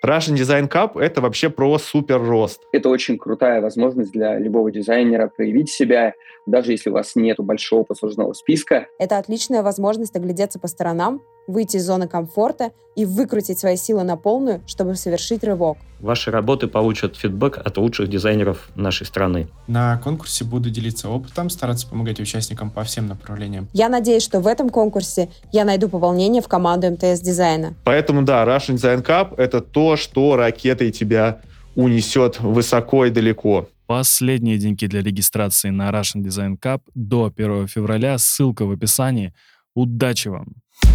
Russian Design Cup — это вообще про супер рост. Это очень крутая возможность для любого дизайнера проявить себя, даже если у вас нет большого послужного списка. Это отличная возможность оглядеться по сторонам, выйти из зоны комфорта и выкрутить свои силы на полную, чтобы совершить рывок. Ваши работы получат фидбэк от лучших дизайнеров нашей страны. На конкурсе буду делиться опытом, стараться помогать участникам по всем направлениям. Я надеюсь, что в этом конкурсе я найду пополнение в команду МТС Дизайна. Поэтому, да, Russian Design Cup — это то, что ракетой тебя унесет высоко и далеко. Последние деньги для регистрации на Russian Design Cup до 1 февраля. Ссылка в описании. Удачи вам!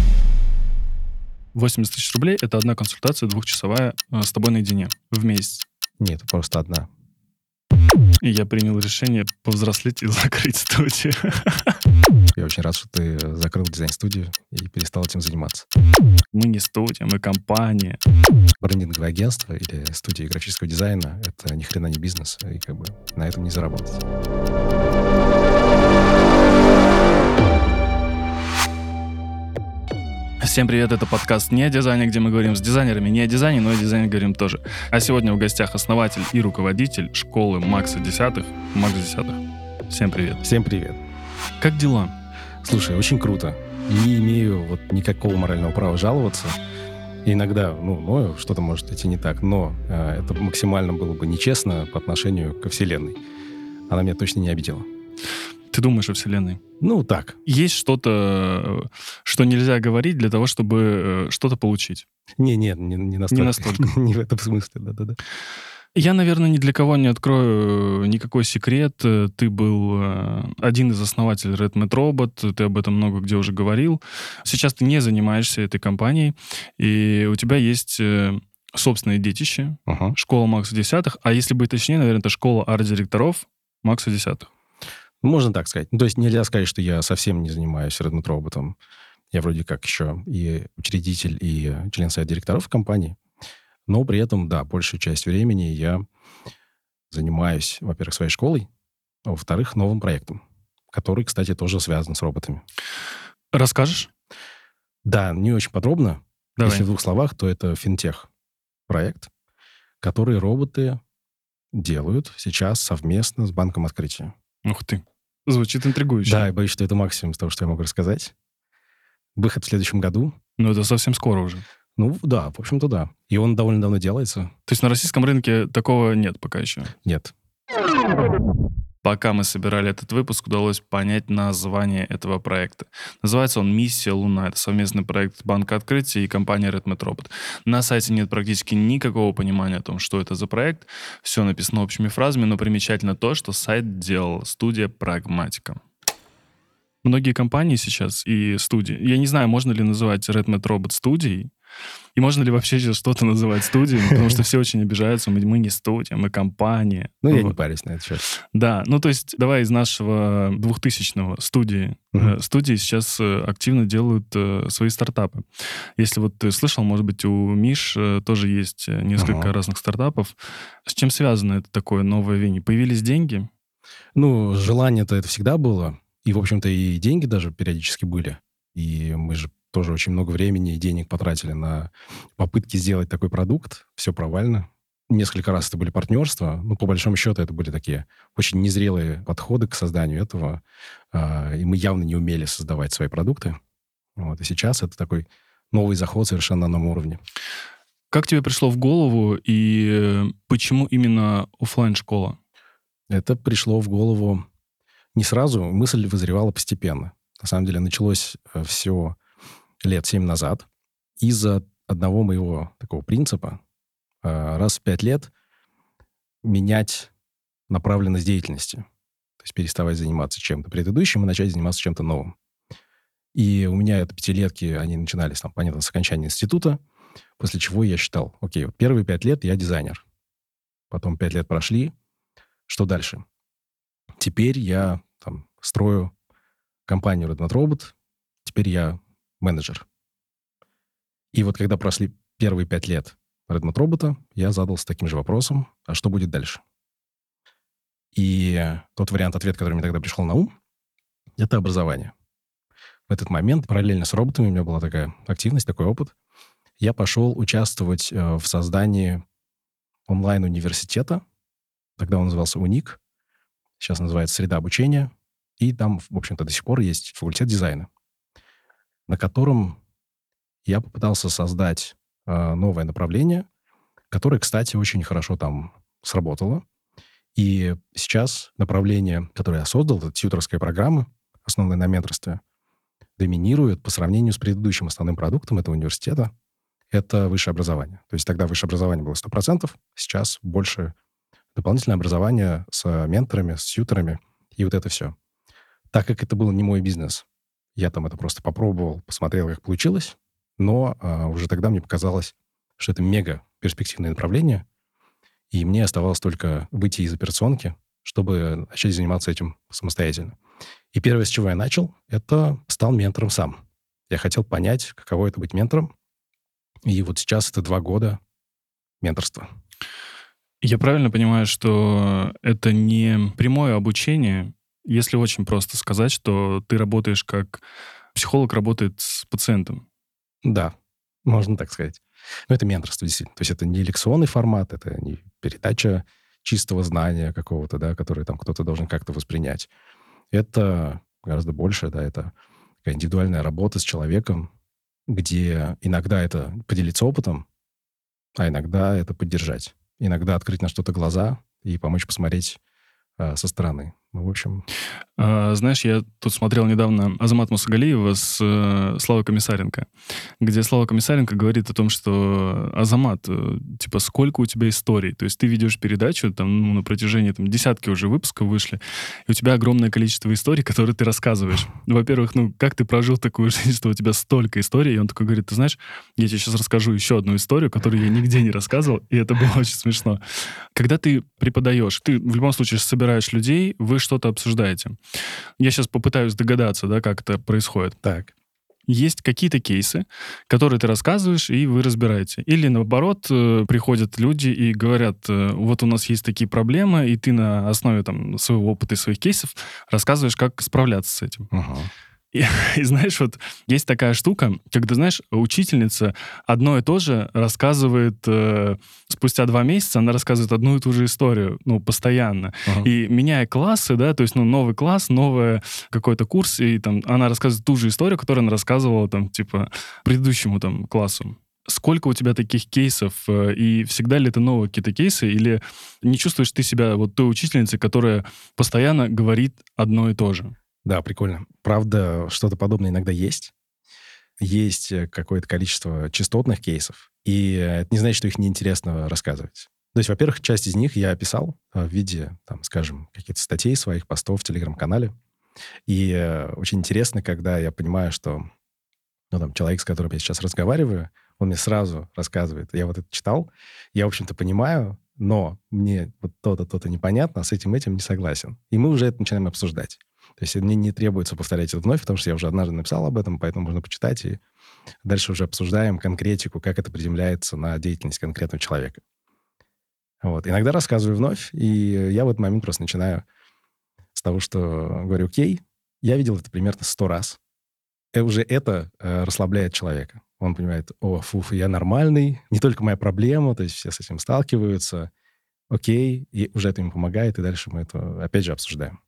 80 тысяч рублей — это одна консультация двухчасовая с тобой наедине в месяц. Нет, просто одна. И я принял решение повзрослеть и закрыть студию. Я очень рад, что ты закрыл дизайн-студию и перестал этим заниматься. Мы не студия, мы компания. Брендинговое агентство или студия графического дизайна — это ни хрена не бизнес, и как бы на этом не заработать. Всем привет, это подкаст «Не о дизайне», где мы говорим с дизайнерами не о дизайне, но о дизайне говорим тоже. А сегодня в гостях основатель и руководитель школы Макса Десятых. Макс Десятых. Всем привет. Всем привет. Как дела? Слушай, очень круто. Не имею вот никакого морального права жаловаться. Иногда, что-то может идти не так, но это максимально было бы нечестно по отношению ко Вселенной. Она меня точно не обидела. Ты думаешь о Вселенной? Так. Есть что-то, что нельзя говорить для того, чтобы что-то получить? Не настолько. Не настолько. Не в этом смысле, да-да-да. Я, наверное, ни для кого не открою никакой секрет. Ты был один из основателей Redmet Robot, ты об этом много где уже говорил. Сейчас ты не занимаешься этой компанией, и у тебя есть собственное детище, школа Макса Десятых, а если быть точнее, наверное, это школа арт-директоров Макса Десятых. Можно так сказать. То есть нельзя сказать, что я совсем не занимаюсь Redmet Robot. Я вроде как еще и учредитель, и член совета директоров компании. Но при этом, да, большую часть времени я занимаюсь, во-первых, своей школой, а во-вторых, новым проектом, который, кстати, тоже связан с роботами. Расскажешь? Да, не очень подробно. Давай. Если в 2 словах, то это финтех-проект, который роботы делают сейчас совместно с Банком Открытия. Ух ты. Звучит интригующе. Да, я боюсь, что это максимум из того, что я могу рассказать. Выход в следующем году. Это совсем скоро уже. Да, в общем-то, да. И он довольно давно делается. То есть на российском рынке такого нет пока еще? Нет. Пока мы собирали этот выпуск, удалось понять название этого проекта. Называется он «Миссия Луна». Это совместный проект Банка Открытия и компании Redmet Robot. На сайте нет практически никакого понимания о том, что это за проект. Все написано общими фразами, но примечательно то, что сайт делала студия «Прагматика». Многие компании сейчас и студии, я не знаю, можно ли называть Redmet Robot студией, и можно ли вообще сейчас что-то называть студией, потому что все очень обижаются, мы не студия, мы компания. Я не парюсь на это счет. Да, то есть давай из нашего 2000-го студии. Студии сейчас активно делают свои стартапы. Если вот ты слышал, может быть, у Миш тоже есть несколько разных стартапов. С чем связано это такое новое веяние? Появились деньги? Желание-то это всегда было. И, в общем-то, и деньги даже периодически были. И мы же тоже очень много времени и денег потратили на попытки сделать такой продукт. Все провально. Несколько раз это были партнерства. По большому счету, это были такие очень незрелые подходы к созданию этого. И мы явно не умели создавать свои продукты. И сейчас это такой новый заход совершенно на новом уровне. Как тебе пришло в голову и почему именно офлайн-школа? Это пришло в голову не сразу. Мысль вызревала постепенно. На самом деле началось все лет 7 назад из-за одного моего такого принципа раз в 5 лет менять направленность деятельности. То есть переставать заниматься чем-то предыдущим и начать заниматься чем-то новым. И у меня это 5-летки, они начинались, понятно, с окончания института, после чего я считал, окей, первые 5 лет я дизайнер. Потом 5 лет прошли, что дальше? Теперь я строю компанию Redmet Robot, теперь я менеджер. И вот когда прошли первые 5 лет Redmet Robot, я задался таким же вопросом, а что будет дальше? И тот вариант-ответ, который мне тогда пришел на ум, это образование. В этот момент, параллельно с роботами, у меня была такая активность, такой опыт. я пошел участвовать в создании онлайн-университета. Тогда он назывался УНИК, сейчас называется «Среда обучения». И там, в общем-то, до сих пор есть факультет дизайна, на котором я попытался создать новое направление, которое, кстати, очень хорошо там сработало. И сейчас направление, которое я создал, это тьюторская программа, основанная на менторстве, доминирует по сравнению с предыдущим основным продуктом этого университета. Это высшее образование. То есть тогда высшее образование было 100%, сейчас больше дополнительное образование с менторами, с тьюторами и вот это все. Так как это был не мой бизнес, я там это просто попробовал, посмотрел, как получилось, но уже тогда мне показалось, что это мега перспективное направление, и мне оставалось только выйти из операционки, чтобы начать заниматься этим самостоятельно. И первое, с чего я начал, это стал ментором сам. Я хотел понять, каково это быть ментором, и вот сейчас это 2 года менторства. Я правильно понимаю, что это не прямое обучение, если очень просто сказать, что ты работаешь как психолог работает с пациентом? Да, можно так сказать. Но это менторство, действительно. То есть это не лекционный формат, это не передача чистого знания какого-то, да, который там кто-то должен как-то воспринять. Это гораздо больше, да, это такая индивидуальная работа с человеком, где иногда это поделиться опытом, а иногда это поддержать. Иногда открыть на что-то глаза и помочь посмотреть со стороны. Ну, в общем... Знаешь, я тут смотрел недавно Азамата Мусагалиева с Славой Комиссаренко, где Слава Комиссаренко говорит о том, что Азамат, типа, сколько у тебя историй? То есть ты ведешь передачу, там, на протяжении десятки уже выпусков вышли, и у тебя огромное количество историй, которые ты рассказываешь. Во-первых, как ты прожил такую жизнь, что у тебя столько историй? И он такой говорит, ты знаешь, я тебе сейчас расскажу еще одну историю, которую я нигде не рассказывал, и это было очень смешно. Когда ты преподаешь, ты в любом случае собираешь людей, вы что-то обсуждаете. Я сейчас попытаюсь догадаться, да, как это происходит. Так. Есть какие-то кейсы, которые ты рассказываешь, и вы разбираете. Или, наоборот, приходят люди и говорят, вот у нас есть такие проблемы, и ты на основе своего опыта и своих кейсов рассказываешь, как справляться с этим. Ага. И знаешь, вот есть такая штука, когда, знаешь, учительница одно и то же рассказывает спустя 2 месяца, она рассказывает одну и ту же историю, постоянно. Ага. И меняя классы, да, то есть, новый класс, новый какой-то курс, и она рассказывает ту же историю, которую она рассказывала, предыдущему, классу. Сколько у тебя таких кейсов, и всегда ли это новые какие-то кейсы, или не чувствуешь ты себя вот той учительницей, которая постоянно говорит одно и то же? Да, прикольно. Правда, что-то подобное иногда есть. Есть какое-то количество частотных кейсов, и это не значит, что их неинтересно рассказывать. То есть, во-первых, часть из них я описал в виде, скажем, каких-то статей своих, постов в Телеграм-канале. И очень интересно, когда я понимаю, что человек, с которым я сейчас разговариваю, он мне сразу рассказывает. Я вот это читал, я, в общем-то, понимаю, но мне вот то-то, то-то непонятно, а с этим не согласен. И мы уже это начинаем обсуждать. То есть мне не требуется повторять это вновь, потому что я уже однажды написал об этом, поэтому можно почитать, и дальше уже обсуждаем конкретику, как это приземляется на деятельность конкретного человека. Вот. Иногда рассказываю вновь, и я в этот момент просто начинаю с того, что говорю, окей, я видел это примерно 100 раз. И уже это расслабляет человека. Он понимает, я нормальный, не только моя проблема, то есть все с этим сталкиваются, окей, и уже это ему помогает, и дальше мы это опять же обсуждаем.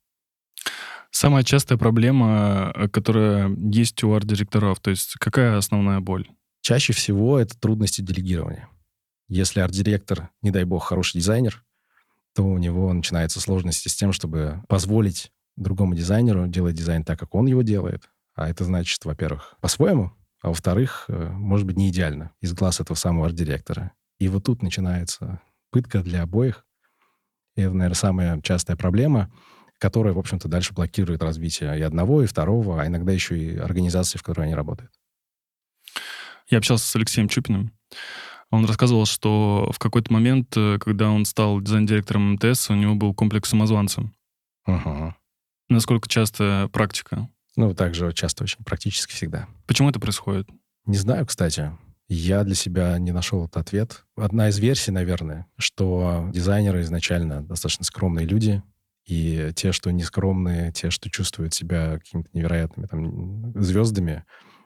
Самая частая проблема, которая есть у арт-директоров, то есть какая основная боль? Чаще всего это трудности делегирования. Если арт-директор, не дай бог, хороший дизайнер, то у него начинаются сложности с тем, чтобы позволить другому дизайнеру делать дизайн так, как он его делает. А это значит, во-первых, по-своему, а во-вторых, может быть, не идеально из глаз этого самого арт-директора. И вот тут начинается пытка для обоих. И это, наверное, самая частая проблема, которая, в общем-то, дальше блокирует развитие и одного, и второго, а иногда еще и организации, в которой они работают. Я общался с Алексеем Чупиным. Он рассказывал, что в какой-то момент, когда он стал дизайн-директором МТС, у него был комплекс самозванца. Угу. Насколько часто практика? Также часто очень, практически всегда. Почему это происходит? Не знаю, кстати. Я для себя не нашел этот ответ. Одна из версий, наверное, что дизайнеры изначально достаточно скромные люди, и те, что нескромные, те, что чувствуют себя какими-то невероятными звездами,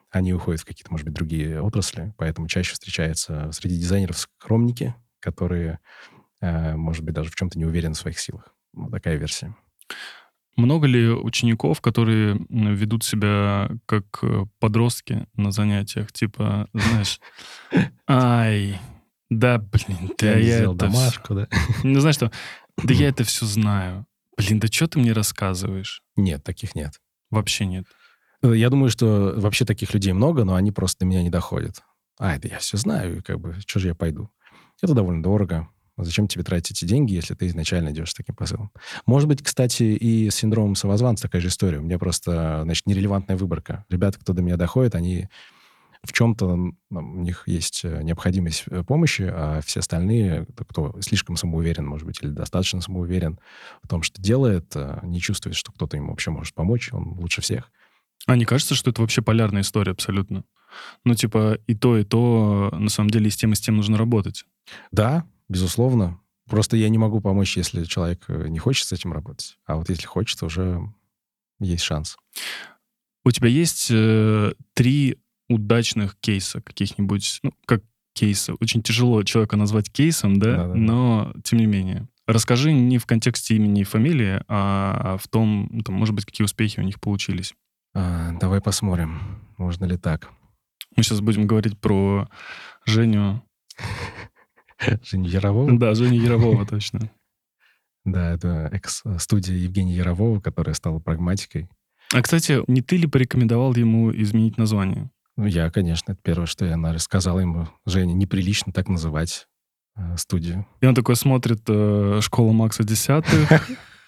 они уходят в какие-то, может быть, другие отрасли, поэтому чаще встречаются среди дизайнеров скромники, которые, может быть, даже в чем-то не уверены в своих силах. Вот такая версия. Много ли учеников, которые ведут себя как подростки на занятиях? Типа, знаешь, ай, да, блин, да Я не я сделал это... домашку, да? Ну, знаешь что, да я это все знаю. Блин, да что ты мне рассказываешь? Нет, таких нет. Вообще нет. Я думаю, что вообще таких людей много, но они просто до меня не доходят. Да я все знаю, и как бы, что же я пойду? Это довольно дорого. Зачем тебе тратить эти деньги, если ты изначально идешь с таким посылом? Может быть, кстати, и с синдромом самозванца такая же история. У меня просто, значит, нерелевантная выборка. Ребята, кто до меня доходит, они в чем-то, у них есть необходимость помощи, а все остальные, кто слишком самоуверен, может быть, или достаточно самоуверен в том, что делает, не чувствует, что кто-то ему вообще может помочь, он лучше всех. А не кажется, что это вообще полярная история абсолютно? Ну, типа, и то, на самом деле, и с тем нужно работать. Да, безусловно. Просто я не могу помочь, если человек не хочет с этим работать. А вот если хочет, уже есть шанс. У тебя есть 3 удачных кейса каких-нибудь, ну, как кейсы. Очень тяжело человека назвать кейсом, да? Да-да-да. Но тем не менее. Расскажи не в контексте имени и фамилии, а в том, там, может быть, какие успехи у них получились. Давай посмотрим, можно ли так. Мы сейчас будем говорить про Женю. Женю Ярового? Да, Женю Ярового, точно. Да, это экс-студия Евгения Ярового, которая стала прагматикой. А, кстати, не ты ли порекомендовал ему изменить название? Ну, я, конечно, это первое, что я сказал ему: Женя, неприлично так называть студию. И он такой смотрит «Школа Макса 10-х»,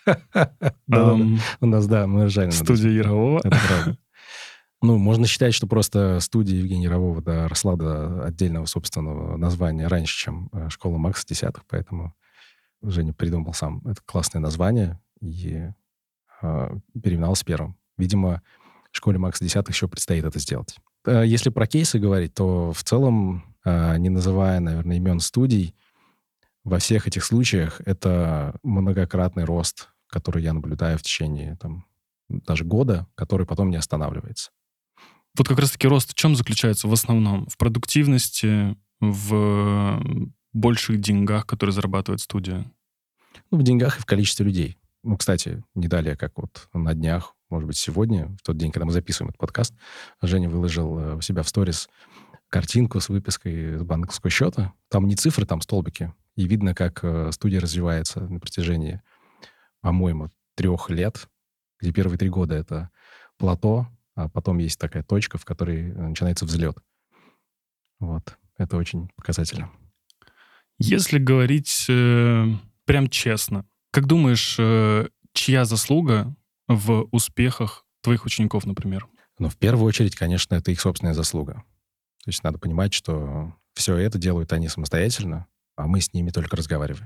У нас, да, мы ржали над этим. студия Ярового. Это правда. Ну, можно считать, что просто студия Евгения Ярового доросла до отдельного собственного названия раньше, чем «Школа Макса 10-х», поэтому Женя придумал сам это классное название и переименовался первым. Видимо, «Школе Макса 10-х» еще предстоит это сделать. Если про кейсы говорить, то в целом, не называя, наверное, имен студий, во всех этих случаях это многократный рост, который я наблюдаю в течение даже года, который потом не останавливается. Вот как раз-таки рост в чем заключается в основном? В продуктивности, в больших деньгах, которые зарабатывает студия? Ну, в деньгах и в количестве людей. Ну, кстати, не далее, как вот на днях, может быть, сегодня, в тот день, когда мы записываем этот подкаст, Женя выложил у себя в сторис картинку с выпиской с банковского счета. Там не цифры, там столбики. И видно, как студия развивается на протяжении, по-моему, 3 лет, где первые 3 года это плато, а потом есть такая точка, в которой начинается взлет. Вот. Это очень показательно. Если говорить прям честно, как думаешь, чья заслуга в успехах твоих учеников, например? Но в первую очередь, конечно, это их собственная заслуга. То есть надо понимать, что все это делают они самостоятельно, а мы с ними только разговариваем.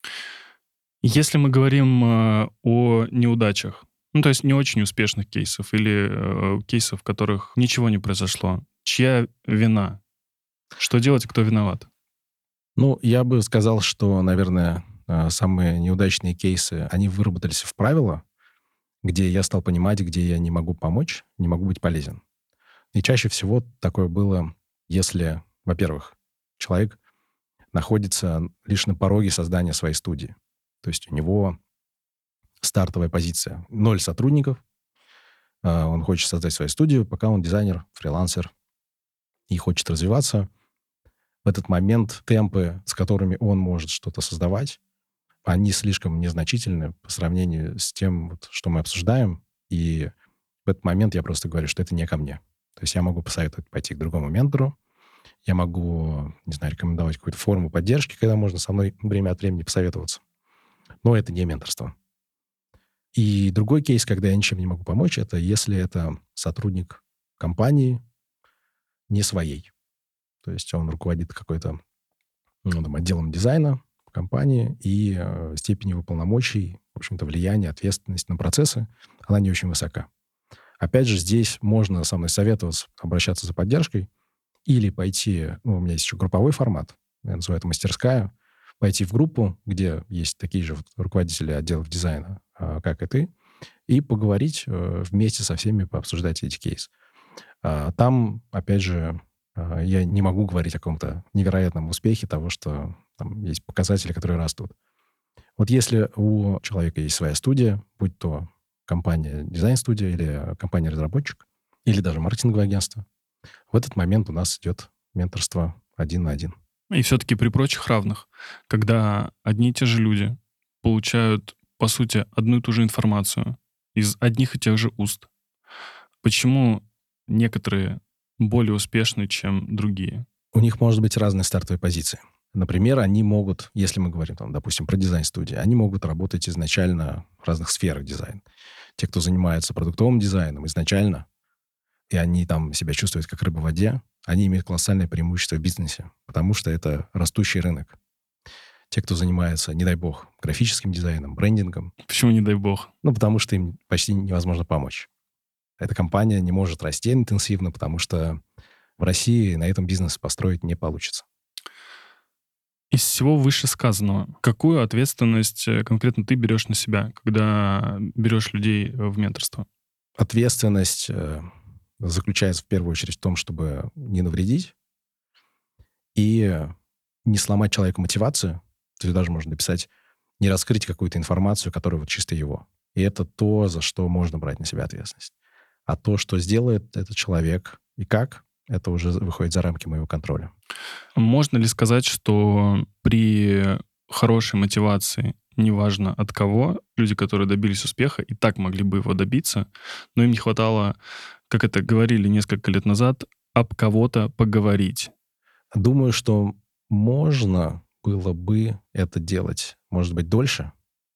Если мы говорим о неудачах, ну, то есть не очень успешных кейсов или кейсов, в которых ничего не произошло, чья вина? Что делать и кто виноват? Ну, я бы сказал, что, наверное, самые неудачные кейсы, они выработались в правила, где я стал понимать, где я не могу помочь, не могу быть полезен. И чаще всего такое было, если, во-первых, человек находится лишь на пороге создания своей студии. То есть у него стартовая позиция. 0 сотрудников. Он хочет создать свою студию, пока он дизайнер, фрилансер и хочет развиваться. В этот момент темпы, с которыми он может что-то создавать, они слишком незначительны по сравнению с тем, что мы обсуждаем. И в этот момент я просто говорю, что это не ко мне. То есть я могу посоветовать пойти к другому ментору, я могу, не знаю, рекомендовать какую-то форму поддержки, когда можно со мной время от времени посоветоваться. Но это не менторство. И другой кейс, когда я ничем не могу помочь, это если это сотрудник компании не своей. То есть он руководит какой-то отделом дизайна в компании, и степень его полномочий, в общем-то, влияние, ответственность на процессы, она не очень высока. Опять же, здесь можно со мной советоваться, обращаться за поддержкой, или пойти, у меня есть еще групповой формат, я называю это мастерская, пойти в группу, где есть такие же руководители отделов дизайна, как и ты, и поговорить вместе со всеми, пообсуждать эти кейсы. Там, опять же, я не могу говорить о каком-то невероятном успехе того, что там есть показатели, которые растут. Вот если у человека есть своя студия, будь то компания дизайн-студия или компания-разработчик, или даже маркетинговое агентство, в этот момент у нас идет менторство 1 на 1. И все-таки при прочих равных, когда одни и те же люди получают, по сути, одну и ту же информацию из одних и тех же уст, почему некоторые более успешны, чем другие? У них может быть разные стартовые позиции. Например, они могут, если мы говорим, там, допустим, про дизайн-студии, они могут работать изначально в разных сферах дизайна. Те, кто занимается продуктовым дизайном изначально, и они там себя чувствуют как рыба в воде, они имеют колоссальное преимущество в бизнесе, потому что это растущий рынок. Те, кто занимается, не дай бог, графическим дизайном, брендингом, Почему не дай бог? потому что им почти невозможно помочь. Эта компания не может расти интенсивно, потому что в России на этом бизнес построить не получится. Из всего вышесказанного, какую ответственность конкретно ты берешь на себя, когда берешь людей в менторство? Ответственность заключается в первую очередь в том, чтобы не навредить и не сломать человеку мотивацию. То есть даже можно написать, не раскрыть какую-то информацию, которая вот чисто его. И это то, за что можно брать на себя ответственность. А то, что сделает этот человек и как, это уже выходит за рамки моего контроля. Можно ли сказать, что при хорошей мотивации, неважно от кого, люди, которые добились успеха, и так могли бы его добиться, но им не хватало, как это говорили несколько лет назад, об кого-то поговорить? Думаю, что можно было бы это делать, может быть, дольше,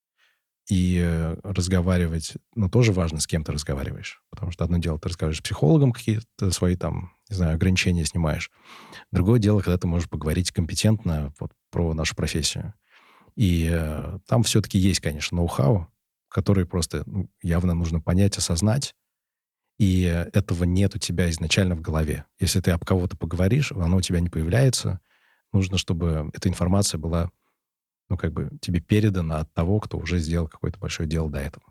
и разговаривать, тоже важно, с кем ты разговариваешь. Потому что одно дело, ты разговариваешь с психологом, какие-то свои там, не знаю, ограничения снимаешь. Другое дело, когда ты можешь поговорить компетентно вот про нашу профессию. И там все-таки есть, конечно, ноу-хау, который просто явно нужно понять, осознать. И этого нет у тебя изначально в голове. Если ты об кого-то поговоришь, оно у тебя не появляется. Нужно, чтобы эта информация была тебе передано от того, кто уже сделал какое-то большое дело до этого.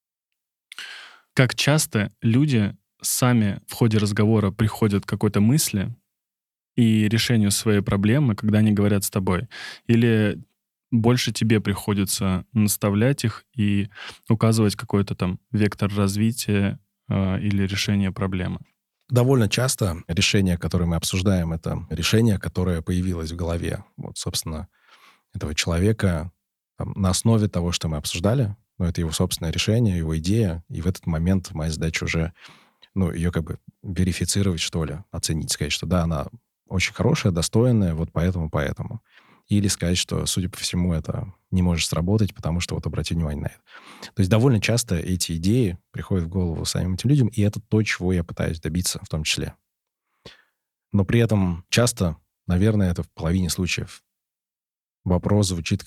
Как часто люди сами в ходе разговора приходят к какой-то мысли и решению своей проблемы, когда они говорят с тобой? Или больше тебе приходится наставлять их и указывать какой-то там вектор развития или решения проблемы? Довольно часто решение, которое мы обсуждаем, это решение, которое появилось в голове. Вот, собственно, этого человека на основе того, что мы обсуждали, это его собственное решение, его идея, и в этот момент моя задача уже, ее верифицировать, что ли, оценить, сказать, что да, она очень хорошая, достойная, вот поэтому. Или сказать, что, судя по всему, это не может сработать, потому что вот обрати внимание на это. То есть довольно часто эти идеи приходят в голову самим этим людям, и это то, чего я пытаюсь добиться в том числе. Но при этом часто, наверное, это в половине случаев, вопрос звучит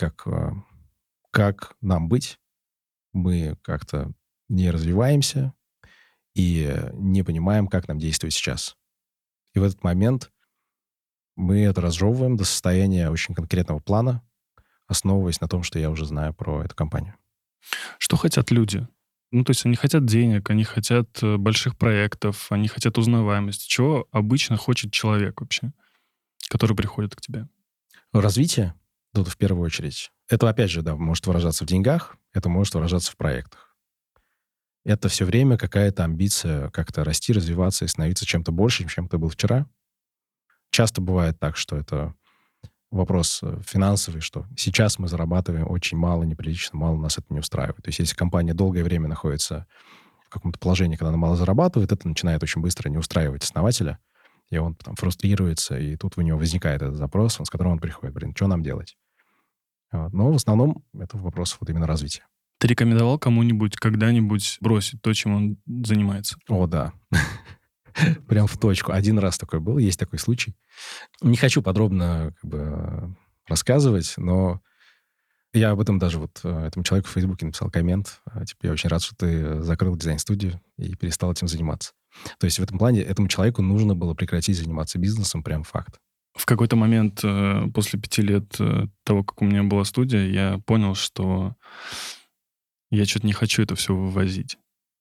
как нам быть? Мы как-то не развиваемся и не понимаем, как нам действовать сейчас. И в этот момент мы это разжевываем до состояния очень конкретного плана, основываясь на том, что я уже знаю про эту компанию. Что хотят люди? То есть они хотят денег, они хотят больших проектов, они хотят узнаваемости. Чего обычно хочет человек вообще, который приходит к тебе? Развитие, тут в первую очередь. Это, опять же, может выражаться в деньгах, это может выражаться в проектах. Это все время какая-то амбиция как-то расти, развиваться и становиться чем-то большим, чем ты был вчера. Часто бывает так, что это вопрос финансовый, что сейчас мы зарабатываем очень мало, неприлично мало, нас это не устраивает. То есть если компания долгое время находится в каком-то положении, когда она мало зарабатывает, это начинает очень быстро не устраивать основателя, и он там фрустрируется, и тут у него возникает этот запрос, с которым он приходит, что нам делать? Но в основном это вопрос вот именно развития. Ты рекомендовал кому-нибудь когда-нибудь бросить то, чем он занимается? О, да. Прям в точку. Один раз такой был, есть такой случай. Не хочу подробно рассказывать, но я об этом даже этому человеку в Фейсбуке написал коммент. Я очень рад, что ты закрыл дизайн-студию и перестал этим заниматься. То есть в этом плане этому человеку нужно было прекратить заниматься бизнесом, прям факт. В какой-то момент после 5 лет того, как у меня была студия, я понял, что я что-то не хочу это все вывозить.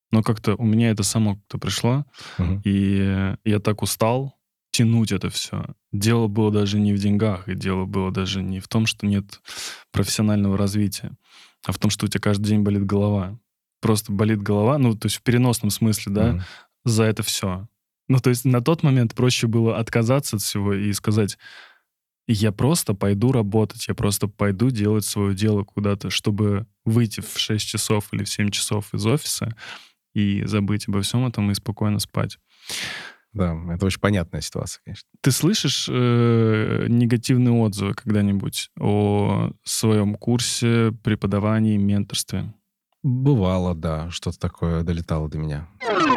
Но как-то у меня это само как-то пришло, Мгм. и я так устал тянуть это все. Дело было даже не в деньгах, и дело было даже не в том, что нет профессионального развития, а в том, что у тебя каждый день болит голова. Просто болит голова, ну, то есть в переносном смысле, да, Мгм. за это все. Ну, то есть на тот момент проще было отказаться от всего и сказать, я просто пойду работать, я просто пойду делать свое дело куда-то, чтобы выйти в 6 часов или в 7 часов из офиса и забыть обо всем этом и спокойно спать. Да, это очень понятная ситуация, конечно. Ты слышишь негативные отзывы когда-нибудь о своем курсе, преподавании, менторстве? Бывало, да, что-то такое долетало до меня.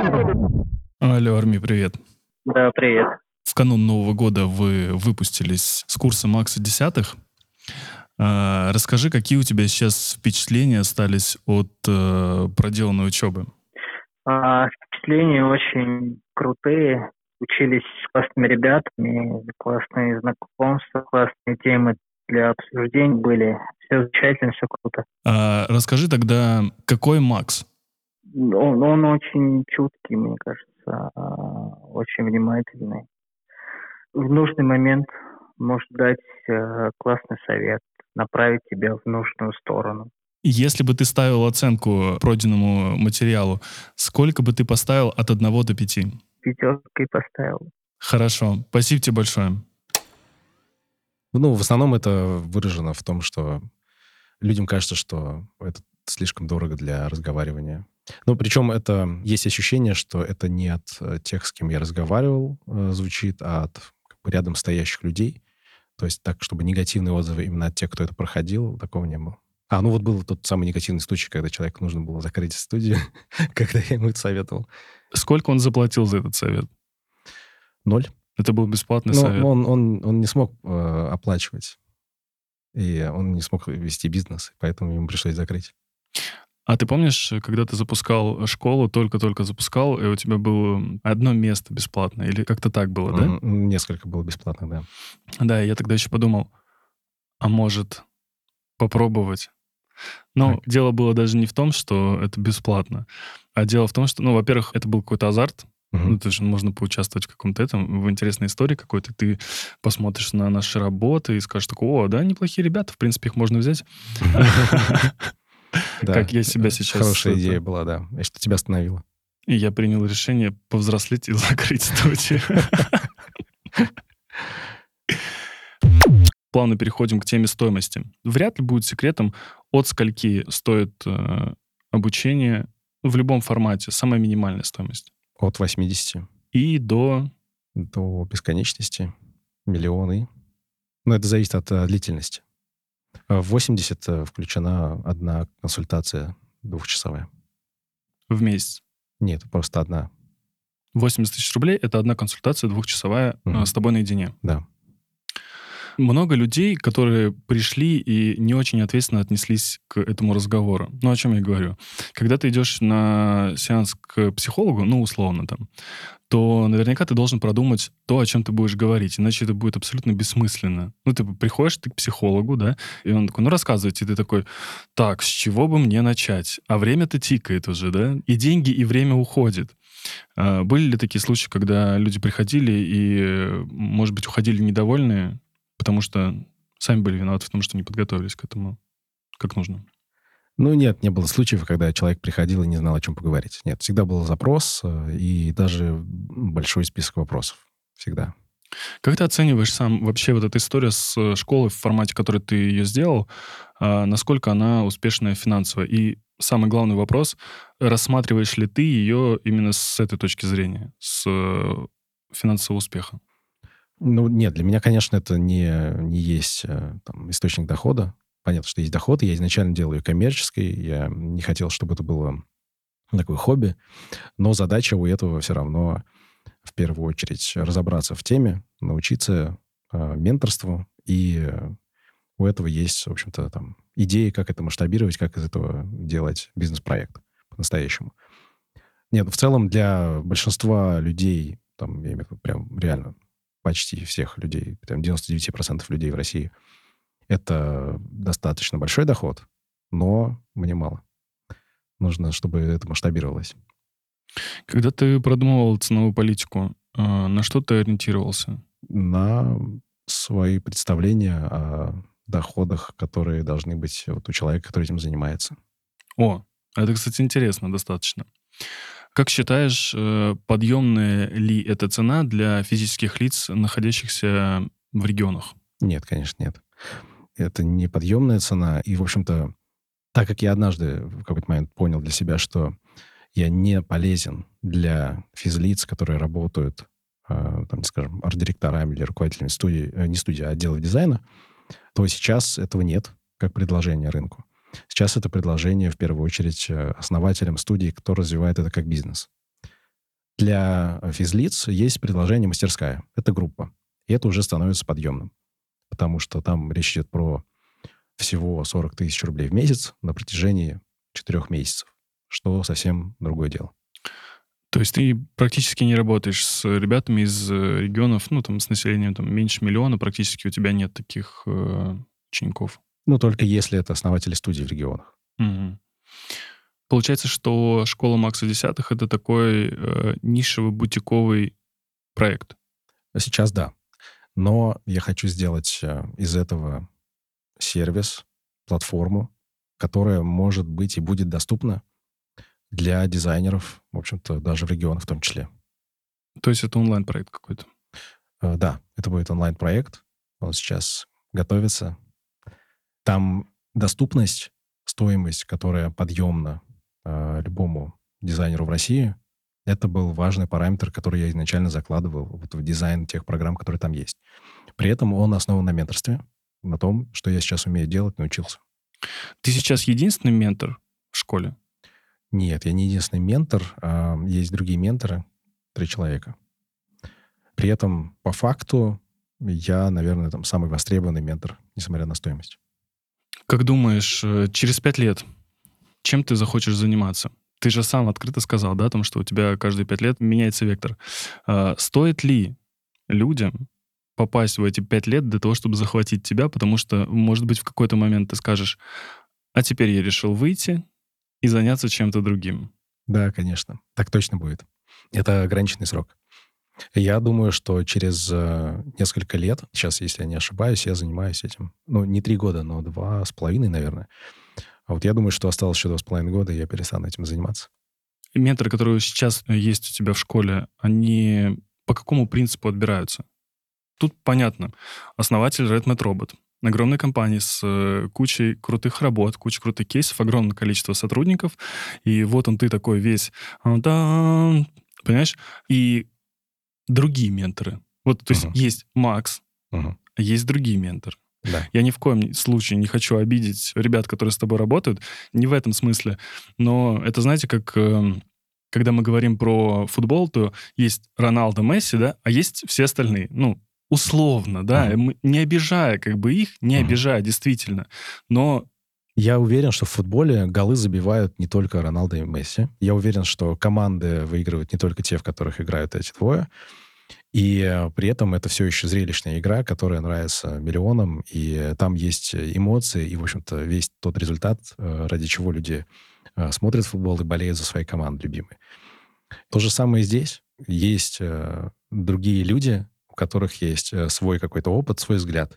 Алло, Арми, привет. Да, привет. В канун Нового года вы выпустились с курса Макса Десятых. Расскажи, какие у тебя сейчас впечатления остались от проделанной учебы? Впечатления очень крутые. Учились с классными ребятами, классные знакомства, классные темы для обсуждений были. Все замечательно, все круто. Расскажи тогда, какой Макс? Он очень чуткий, мне кажется, очень внимательный. В нужный момент может дать классный совет, направить тебя в нужную сторону. Если бы ты ставил оценку пройденному материалу, сколько бы ты поставил от 1 до 5? 5 поставил. Хорошо. Спасибо тебе большое. Ну, в основном это выражено в том, что людям кажется, что это слишком дорого для разговаривания. Ну, причем это есть ощущение, что это не от тех, с кем я разговаривал, звучит, а от как бы, рядом стоящих людей. То есть так, чтобы негативные отзывы именно от тех, кто это проходил, такого не было. Ну вот был тот самый негативный случай, когда человеку нужно было закрыть студию, когда я ему это советовал. Сколько он заплатил за этот совет? 0. Это был бесплатный Но совет. он не смог оплачивать. И он не смог вести бизнес, поэтому ему пришлось закрыть. А ты помнишь, когда ты запускал школу, только-только запускал, и у тебя было одно место бесплатное? Или как-то так было, да? Несколько было бесплатных, да. Да, я тогда еще подумал, а может попробовать? Но Так. дело было даже не в том, что это бесплатно, а дело в том, что, ну, во-первых, это был какой-то азарт. Мгм. Ну, это же можно поучаствовать в каком-то этом, в интересной истории какой-то. Ты посмотришь на наши работы и скажешь такой, о, да, неплохие ребята, в принципе, их можно взять. Да, Как я себя сейчас... Хорошая это- идея была, да. И что тебя остановило? И я принял решение повзрослеть и закрыть студию. Плавно переходим к теме стоимости. Вряд ли будет секретом, от скольки стоит обучение в любом формате, самая минимальная стоимость. От 80 И до... до бесконечности, миллионы. Но это зависит от длительности. В 80 включена одна консультация 2-часовая. в месяц. Нет, просто одна. 80 тысяч рублей — это одна консультация 2-часовая Мгм. с тобой наедине. Да. Много людей, которые пришли и не очень ответственно отнеслись к этому разговору. Ну, о чем я говорю? Когда ты идешь на сеанс к психологу, ну, условно там, то наверняка ты должен продумать то, о чем ты будешь говорить, иначе это будет абсолютно бессмысленно. Ну, ты приходишь к психологу, да, и он такой, ну, рассказывайте, и ты такой, так, с чего бы мне начать? А время-то тикает уже, да, и деньги, и время уходит. Были ли такие случаи, когда люди приходили и, может быть, уходили недовольные, потому что сами были виноваты в том, что не подготовились к этому как нужно? Ну, нет, не было случаев, когда человек приходил и не знал, о чем поговорить. Нет, всегда был запрос и даже большой список вопросов. Всегда. Как ты оцениваешь сам вообще вот эта история с школой в формате, в которой ты ее сделал, насколько она успешная финансово? И самый главный вопрос, рассматриваешь ли ты ее именно с этой точки зрения, с финансового успеха? Ну, нет, для меня, конечно, это не есть там, источник дохода. Понятно, что есть доход, и я изначально делал ее коммерческой. Я не хотел, чтобы это было такое хобби. Но задача у этого все равно, в первую очередь, разобраться в теме, научиться менторству. И у этого есть, в общем-то, там идеи, как это масштабировать, как из этого делать бизнес-проект по-настоящему. Нет, в целом для большинства людей, там, я имею в виду прям реально почти всех людей, там 99% людей в России, это достаточно большой доход, но мне мало. Нужно, чтобы это масштабировалось. Когда ты продумывал ценовую политику, на что ты ориентировался? На свои представления о доходах, которые должны быть вот у человека, который этим занимается. О, это, кстати, интересно достаточно. Как считаешь, подъемная ли эта цена для физических лиц, находящихся в регионах? Нет, конечно, нет. Это не подъемная цена. И, в общем-то, так как я однажды в какой-то момент понял для себя, что я не полезен для физлиц, которые работают, там, скажем, арт-директорами или руководителями студии, не студии, а отделов дизайна, то сейчас этого нет как предложение рынку. Сейчас это предложение, в первую очередь, основателям студии, кто развивает это как бизнес. Для физлиц есть предложение «Мастерская». Это группа. И это уже становится подъемным. Потому что там речь идет про всего 40 тысяч рублей в месяц на протяжении 4 месяцев, что совсем другое дело. То есть ты практически не работаешь с ребятами из регионов, ну, там, с населением там, меньше миллиона, практически у тебя нет таких учеников. Ну, только если это основатели студий в регионах. Мгм. Получается, что школа Макса Десятых — это такой нишевый бутиковый проект. Сейчас да. Но я хочу сделать из этого сервис, платформу, которая может быть и будет доступна для дизайнеров, в общем-то, даже в регионах в том числе. То есть это онлайн-проект какой-то. Да, это будет онлайн-проект. Он сейчас готовится. Там доступность, стоимость, которая подъемна любому дизайнеру в России, это был важный параметр, который я изначально закладывал вот в дизайн тех программ, которые там есть. При этом он основан на менторстве, на том, что я сейчас умею делать, научился. Ты сейчас единственный ментор в школе? Нет, я не единственный ментор. Есть другие менторы, 3 человека. При этом, по факту, я, наверное, там самый востребованный ментор, несмотря на стоимость. Как думаешь, через 5 лет чем ты захочешь заниматься? Ты же сам открыто сказал, да, там, что у тебя каждые 5 лет меняется вектор. Стоит ли людям попасть в эти 5 лет для того, чтобы захватить тебя? Потому что, может быть, в какой-то момент ты скажешь, а теперь я решил выйти и заняться чем-то другим. Да, конечно. Так точно будет. Это ограниченный срок. Я думаю, что через несколько лет, сейчас, если я не ошибаюсь, я занимаюсь этим, ну, не 3 года, но 2,5, наверное. А вот я думаю, что осталось еще 2,5 года, и я перестану этим заниматься. И менторы, которые сейчас есть у тебя в школе, они по какому принципу отбираются? Тут понятно. Основатель RedMat Robot. Огромная компания с кучей крутых работ, кучей крутых кейсов, огромное количество сотрудников. И вот он, ты такой весь... Понимаешь? И другие менторы. Вот, то есть есть Макс, Мгм. а есть другие менторы. Да. Я ни в коем случае не хочу обидеть ребят, которые с тобой работают, не в этом смысле. Но это, знаете, как когда мы говорим про футбол, то есть Роналдо, Месси, да, а есть все остальные. Ну, условно, да, не обижая как бы их, не обижая действительно. Но Я уверен, что в футболе голы забивают не только Роналдо и Месси. Я уверен, что команды выигрывают не только те, в которых играют эти двое. И при этом это все еще зрелищная игра, которая нравится миллионам, и там есть эмоции, и, в общем-то, весь тот результат, ради чего люди смотрят футбол и болеют за свои команды любимые. То же самое здесь. Есть другие люди, у которых есть свой какой-то опыт, свой взгляд.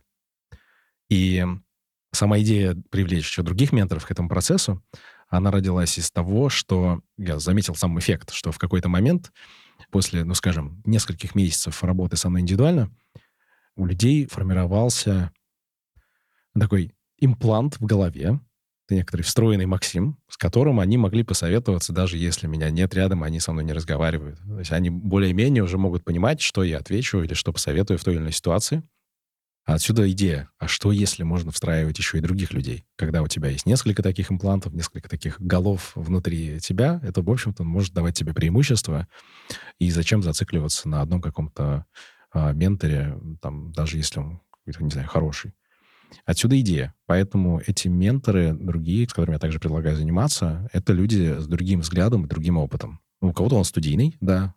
И сама идея привлечь еще других менторов к этому процессу, она родилась из того, что я заметил сам эффект, что в какой-то момент после, ну, скажем, нескольких месяцев работы со мной индивидуально, у людей формировался такой имплант в голове, некоторый встроенный Максим, с которым они могли посоветоваться, даже если меня нет рядом, они со мной не разговаривают. То есть они более-менее уже могут понимать, что я отвечу или что посоветую в той или иной ситуации. А отсюда идея, а что если можно встраивать еще и других людей? Когда у тебя есть несколько таких имплантов, несколько таких голов внутри тебя, это, в общем-то, может давать тебе преимущество. И зачем зацикливаться на одном каком-то менторе, там, даже если он какой-то, не знаю, хороший. Отсюда идея. Поэтому эти менторы, другие, с которыми я также предлагаю заниматься, это люди с другим взглядом и другим опытом. У кого-то он студийный, да.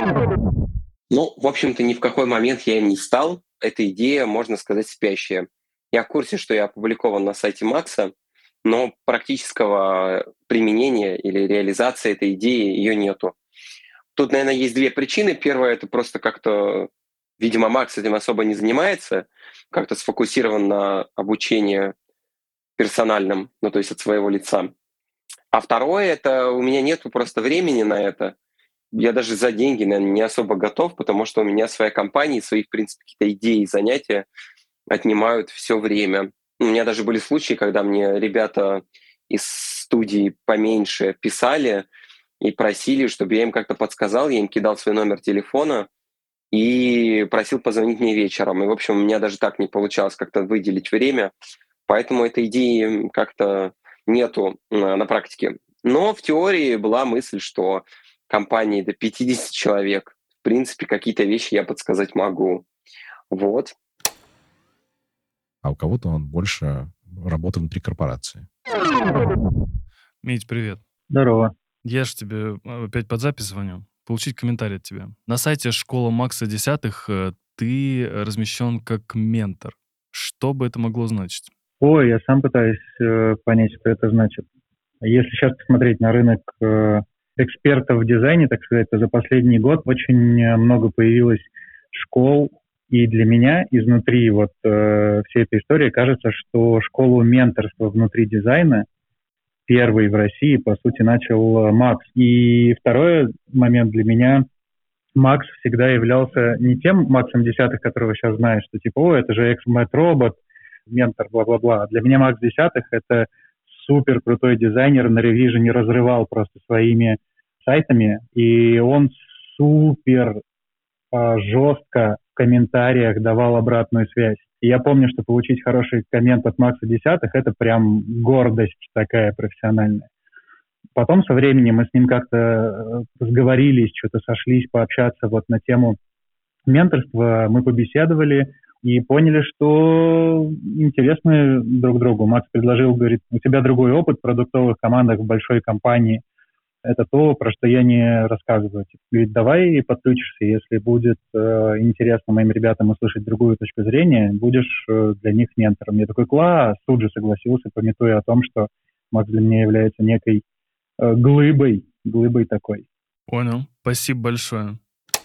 Ну, в общем-то, ни в какой момент я им не стал. Эта идея, можно сказать, спящая. Я в курсе, что я опубликован на сайте Макса, но практического применения или реализации этой идеи ее нету. Тут, наверное, есть две причины. Первая — это просто как-то, видимо, Макс этим особо не занимается, как-то сфокусирован на обучении персональном, ну, то есть от своего лица. А второе — это у меня нет просто времени на это. Я даже за деньги, наверное, не особо готов, потому что у меня своя компания, и свои, в принципе, какие-то идеи, занятия отнимают все время. У меня даже были случаи, когда мне ребята из студии поменьше писали и просили, чтобы я им как-то подсказал, я им кидал свой номер телефона и просил позвонить мне вечером. И, в общем, у меня даже так не получалось как-то выделить время, поэтому этой идеи как-то нету на практике. Но в теории была мысль, что компании до 50 человек, в принципе, какие-то вещи я подсказать могу. Вот. А у кого-то он больше работает внутри корпорации. Мить, привет. Здорово. Я ж тебе опять под запись звоню. Получить комментарий от тебя. На сайте «Школа Макса Десятых» ты размещен как ментор. Что бы это могло значить? Ой, я сам пытаюсь понять, что это значит. Если сейчас посмотреть на рынок экспертов в дизайне, так сказать, то за последний год очень много появилось школ, и для меня изнутри всей этой истории кажется, что школу менторства внутри дизайна первый в России, по сути, начал Макс. И второй момент для меня: Макс всегда являлся не тем Максом Десятых, которого сейчас знаешь, что типа, о, это же экс-мэт-робот, ментор, бла-бла-бла. Для меня Макс Десятых — это супер крутой дизайнер, на Revision не разрывал просто своими сайтами, и он супер жестко в комментариях давал обратную связь. И я помню, что получить хороший коммент от Макса Десятых — это прям гордость такая профессиональная. Потом со временем мы с ним как-то сговорились, что-то сошлись пообщаться на тему менторства. Мы побеседовали и поняли, что интересны друг другу. Макс предложил, говорит, у тебя другой опыт в продуктовых командах в большой компании. Это то, про что я не рассказываю. Говорит, давай подключишься, если будет интересно моим ребятам услышать другую точку зрения, будешь для них ментором. Я такой, класс, тут же согласился, памятуя о том, что Макс для меня является некой глыбой такой. Понял. Спасибо большое.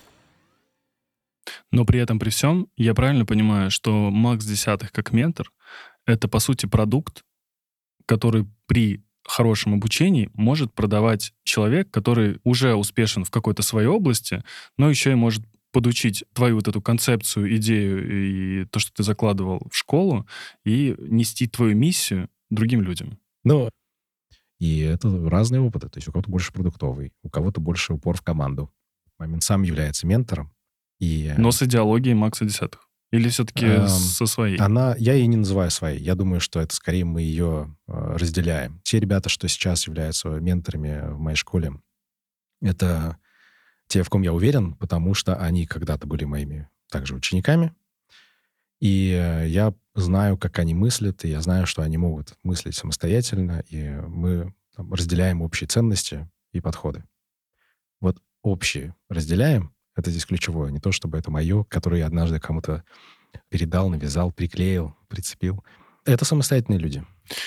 Но при этом, при всем, я правильно понимаю, что Макс Десятых как ментор — это, по сути, продукт, который при хорошем обучении может продавать человек, который уже успешен в какой-то своей области, но еще и может подучить твою эту концепцию, идею и то, что ты закладывал в школу, и нести твою миссию другим людям. Ну, и это разные опыты. То есть у кого-то больше продуктовый, у кого-то больше упор в команду. Момент сам является ментором. Но с идеологией Макса Десятых? Или все-таки со своей? Я ее не называю своей. Я думаю, что это скорее мы ее разделяем. Те ребята, что сейчас являются менторами в моей школе, это те, в ком я уверен, потому что они когда-то были моими также учениками. И я знаю, как они мыслят, и я знаю, что они могут мыслить самостоятельно, и мы разделяем общие ценности и подходы. Вот общие разделяем. Это здесь ключевое. Не то, чтобы это мое, которое я однажды кому-то передал, навязал, приклеил, прицепил. Это самостоятельные люди.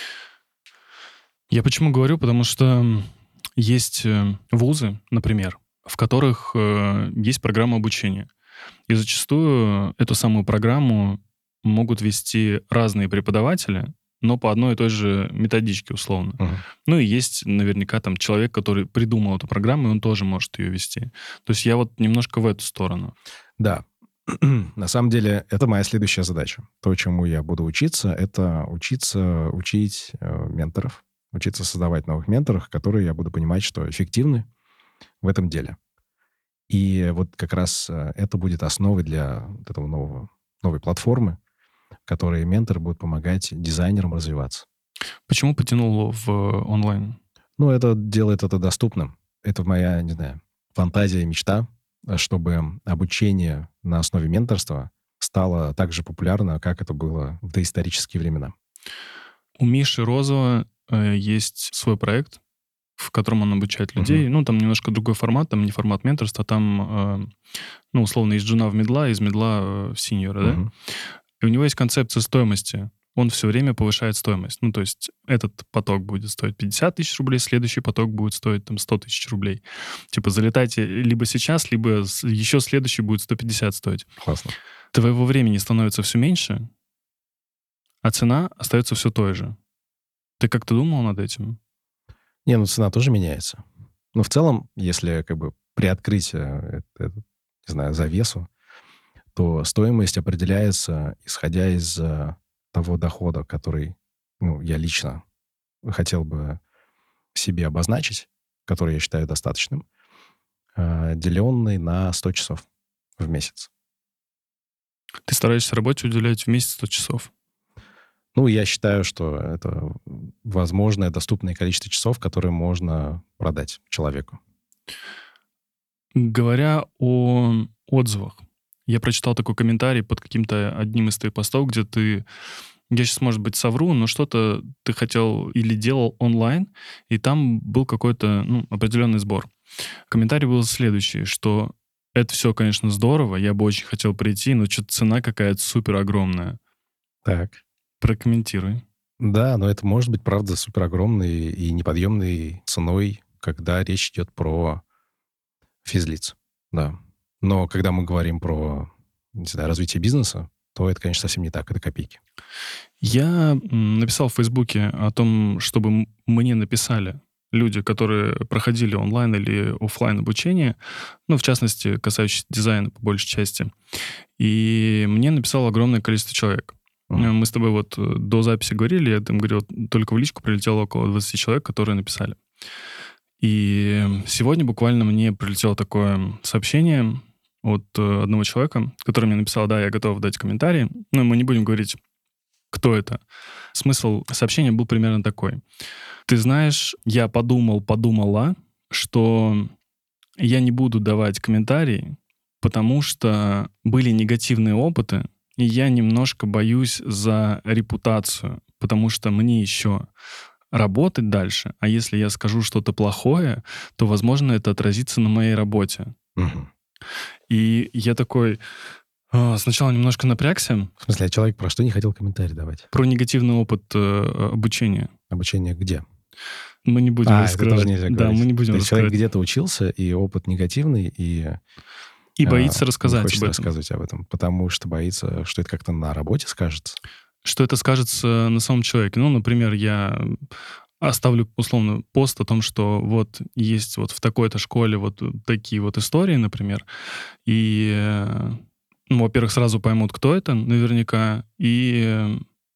Я почему говорю? Потому что есть вузы, например, в которых есть программа обучения. И зачастую эту самую программу могут вести разные преподаватели, но по одной и той же методичке, условно. Ну и есть наверняка там человек, который придумал эту программу, и он тоже может ее вести. То есть я немножко в эту сторону. Да. На самом деле, это моя следующая задача. То, чему я буду учиться, это учить менторов, учиться создавать новых менторов, которые я буду понимать, что эффективны в этом деле. И как раз это будет основой для этого новой платформы, в которой ментор будет помогать дизайнерам развиваться. Почему потянуло в онлайн? Это делает это доступным. Это моя, не знаю, фантазия, мечта, чтобы обучение на основе менторства стало так же популярно, как это было в доисторические времена. У Миши Розова есть свой проект, в котором он обучает людей. Там немножко другой формат, там не формат менторства, там, условно, из джуна в медла, из медла в синьора, да? И у него есть концепция стоимости он все время повышает стоимость. Ну, то есть этот поток будет стоить 50 тысяч рублей, следующий поток будет стоить там 100 тысяч рублей. Типа залетайте либо сейчас, либо еще следующий будет 150 стоить. Классно. Твоего времени становится все меньше, а цена остается все той же. Ты как-то думал над этим? Не, ну цена тоже меняется. Но в целом, если как бы приоткрыть, не знаю, завесу, то стоимость определяется, исходя из того дохода, который я лично хотел бы себе обозначить, который я считаю достаточным, деленный на 100 часов в месяц. Ты стараешься работе уделять в месяц 100 часов? Ну, я считаю, что это возможное доступное количество часов, которые можно продать человеку. Говоря о отзывах, я прочитал такой комментарий под каким-то одним из твоих постов, где ты, я сейчас, может быть, совру, но что-то ты хотел или делал онлайн, и там был какой-то определенный сбор. Комментарий был следующий, что это все, конечно, здорово, я бы очень хотел прийти, но что-то цена какая-то супер огромная. Так. Прокомментируй. Да, но это может быть, правда, супер огромной и неподъемной ценой, когда речь идет про физлиц. Да. Но когда мы говорим про, не знаю, развитие бизнеса, то это, конечно, совсем не так, это копейки. Я написал в Фейсбуке о том, чтобы мне написали люди, которые проходили онлайн или офлайн обучение, в частности, касающиеся дизайна по большей части. И мне написало огромное количество человек. Мы с тобой вот до записи говорили, я там говорил, только в личку прилетело около 20 человек, которые написали. И сегодня буквально мне прилетело такое сообщение от одного человека, который мне написал, да, я готов дать комментарий. Но мы не будем говорить, кто это. Смысл сообщения был примерно такой. Ты знаешь, я подумала, что я не буду давать комментарий, потому что были негативные опыты, и я немножко боюсь за репутацию, потому что мне еще работать дальше, а если я скажу что-то плохое, то, возможно, это отразится на моей работе. Угу. И я такой сначала немножко напрягся. В смысле, а человек про что не хотел комментарий давать? Про негативный опыт обучения. Обучение где? Мы не будем раскрывать. Это тоже нельзя говорить. Да, мы не будем раскрывать. Человек где-то учился, и опыт негативный, и боится рассказать об этом. Рассказывать об этом, потому что боится, что это как-то на работе скажется. Что это скажется на самом человеке. Например, я оставлю условно пост о том, что вот есть вот в такой-то школе вот такие вот истории, например, и, во-первых, сразу поймут, кто это наверняка, и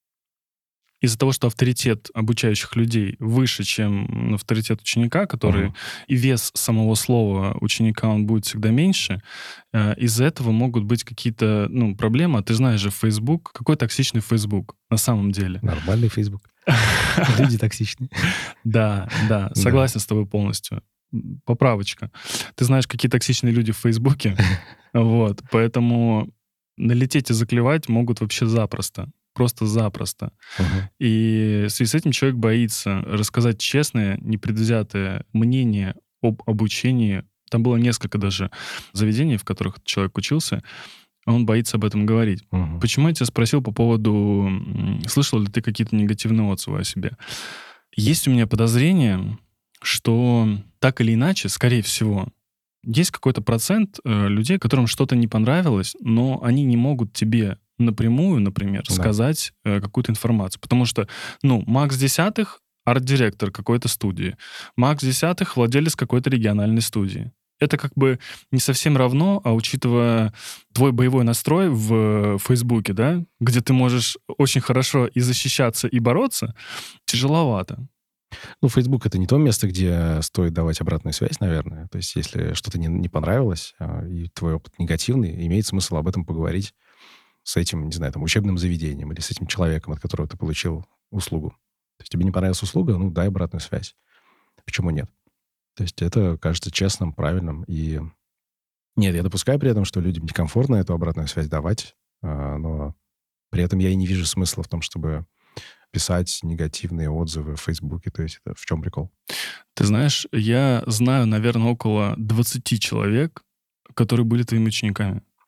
из-за того, что авторитет обучающих людей выше, чем авторитет ученика, который и вес самого слова ученика, он будет всегда меньше, из-за этого могут быть какие-то проблемы. А ты знаешь же, Facebook, какой токсичный Facebook на самом деле. Нормальный Facebook. Люди токсичные. Да, согласен с тобой полностью. Поправочка. Ты знаешь, какие токсичные люди в Фейсбуке, вот, поэтому налететь и заклевать могут вообще запросто. Просто запросто. И в связи с этим человек боится рассказать честное, непредвзятое мнение об обучении. Там было несколько даже заведений, в которых человек учился. Он боится об этом говорить. Почему я тебя спросил по поводу, слышал ли ты какие-то негативные отзывы о себе? Есть у меня подозрение, что так или иначе, скорее всего, есть какой-то процент людей, которым что-то не понравилось, но они не могут тебе напрямую, например, сказать какую-то информацию. Потому что, Макс Десятых — арт-директор какой-то студии. Макс Десятых — владелец какой-то региональной студии. Это как бы не совсем равно, а учитывая твой боевой настрой в Фейсбуке, да, где ты можешь очень хорошо и защищаться, и бороться, тяжеловато. Facebook — это не то место, где стоит давать обратную связь, наверное. То есть если что-то не понравилось, и твой опыт негативный, имеет смысл об этом поговорить с этим, не знаю, учебным заведением или с этим человеком, от которого ты получил услугу. То есть тебе не понравилась услуга, дай обратную связь. Почему нет? То есть это кажется честным, правильным. И нет, я допускаю при этом, что людям некомфортно эту обратную связь давать, но при этом я и не вижу смысла в том, чтобы писать негативные отзывы в Фейсбуке. То есть это в чем прикол? Ты знаешь, я знаю, наверное, около 20 человек, которые были твоими учениками.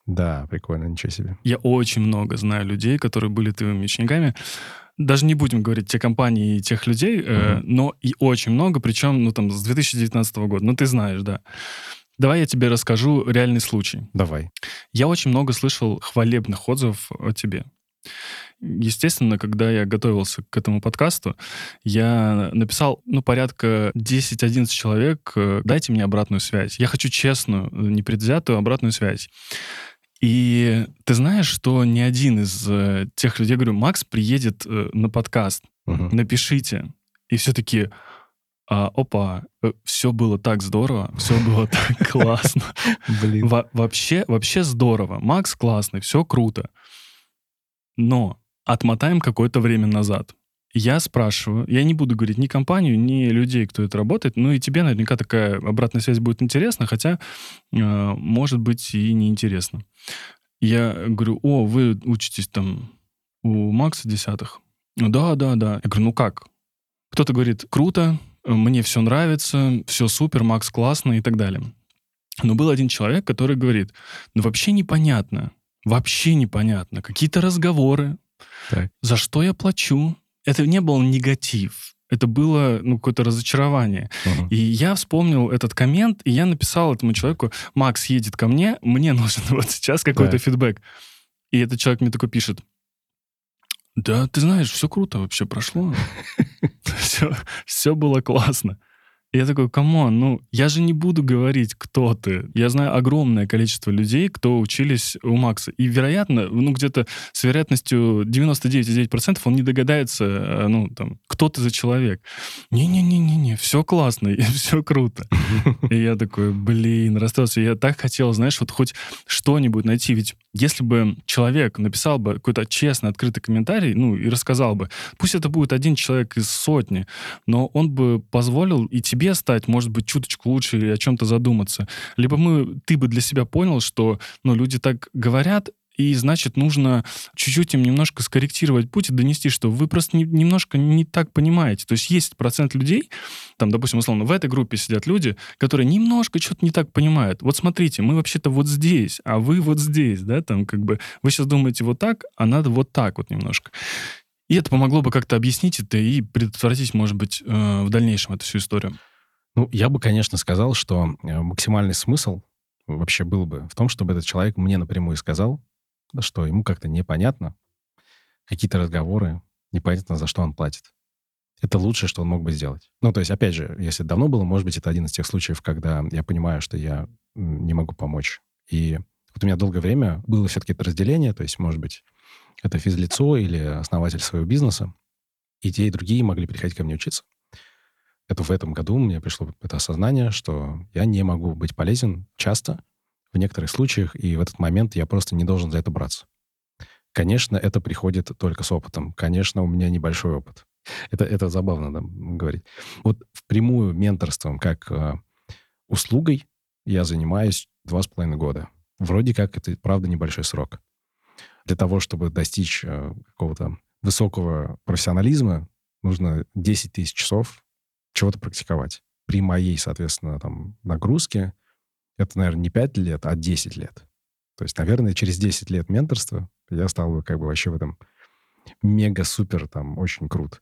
Да, прикольно, ничего себе. Я очень много знаю людей, которые были твоими учениками. Даже не будем говорить те компании и тех людей, но и очень много, причем, ну, там, с 2019 года. Ну, ты знаешь, да. Давай я тебе расскажу реальный случай. Давай. Я очень много слышал хвалебных отзывов о тебе. Естественно, когда я готовился к этому подкасту, я написал, порядка 10-11 человек, дайте мне обратную связь. Я хочу честную, непредвзятую обратную связь. И ты знаешь, что ни один из тех людей, говорю, Макс приедет на подкаст, напишите. И все таки опа, все было так здорово, все было так классно. Блин. Вообще здорово. Макс классный, все круто. Но отмотаем какое-то время назад. Я спрашиваю, я не буду говорить ни компанию, ни людей, кто это работает, ну и тебе наверняка такая обратная связь будет интересна, хотя, может быть, и неинтересно. Я говорю, вы учитесь там у Макса 10-х? Да. Я говорю, ну как? Кто-то говорит, круто, мне все нравится, все супер, Макс классный и так далее. Но был один человек, который говорит, вообще непонятно, какие-то разговоры, Так. за что я плачу. Это не был негатив, это было какое-то разочарование. И я вспомнил этот коммент, и я написал этому человеку, Макс едет ко мне нужен вот сейчас какой-то фидбэк. И этот человек мне такой пишет, да, ты знаешь, все круто вообще прошло. Все было классно. И я такой, камон, я же не буду говорить, кто ты. Я знаю огромное количество людей, кто учились у Макса. И, вероятно, где-то с вероятностью 99,9% он не догадается, кто ты за человек. Не-не-не, все классно, все круто. И я такой, расстроился. Я так хотел, знаешь, вот хоть что-нибудь найти. Ведь если бы человек написал бы какой-то честный, открытый комментарий, и рассказал бы, пусть это будет один человек из сотни, но он бы позволил и тебе стать, может быть, чуточку лучше и о чем-то задуматься. Либо ты бы для себя понял, что люди так говорят, и, значит, нужно чуть-чуть им немножко скорректировать путь и донести, что вы просто немножко не так понимаете. То есть есть процент людей, там, допустим, условно, в этой группе сидят люди, которые немножко что-то не так понимают. Вот смотрите, мы вообще-то вот здесь, а вы вот здесь, да, там как бы вы сейчас думаете вот так, а надо вот так вот немножко. И это помогло бы как-то объяснить это и предотвратить, может быть, в дальнейшем эту всю историю. Я бы, конечно, сказал, что максимальный смысл вообще был бы в том, чтобы этот человек мне напрямую сказал, что ему как-то непонятно, какие-то разговоры, непонятно, за что он платит. Это лучшее, что он мог бы сделать. То есть, опять же, если давно было, может быть, это один из тех случаев, когда я понимаю, что я не могу помочь. И вот у меня долгое время было все-таки это разделение, то есть, может быть, это физлицо или основатель своего бизнеса, и те, и другие могли приходить ко мне учиться. Это в этом году мне пришло это осознание, что я не могу быть полезен часто, в некоторых случаях, и в этот момент я просто не должен за это браться. Конечно, это приходит только с опытом. Конечно, у меня небольшой опыт. Это забавно говорить. Вот впрямую менторством как услугой я занимаюсь 2,5 года. Вроде как это, правда, небольшой срок. Для того, чтобы достичь какого-то высокого профессионализма, нужно 10 тысяч часов чего-то практиковать. При моей, соответственно, нагрузке это, наверное, не 5 лет, а 10 лет. То есть, наверное, через 10 лет менторства я стал бы как бы вообще в этом мега-супер, очень крут.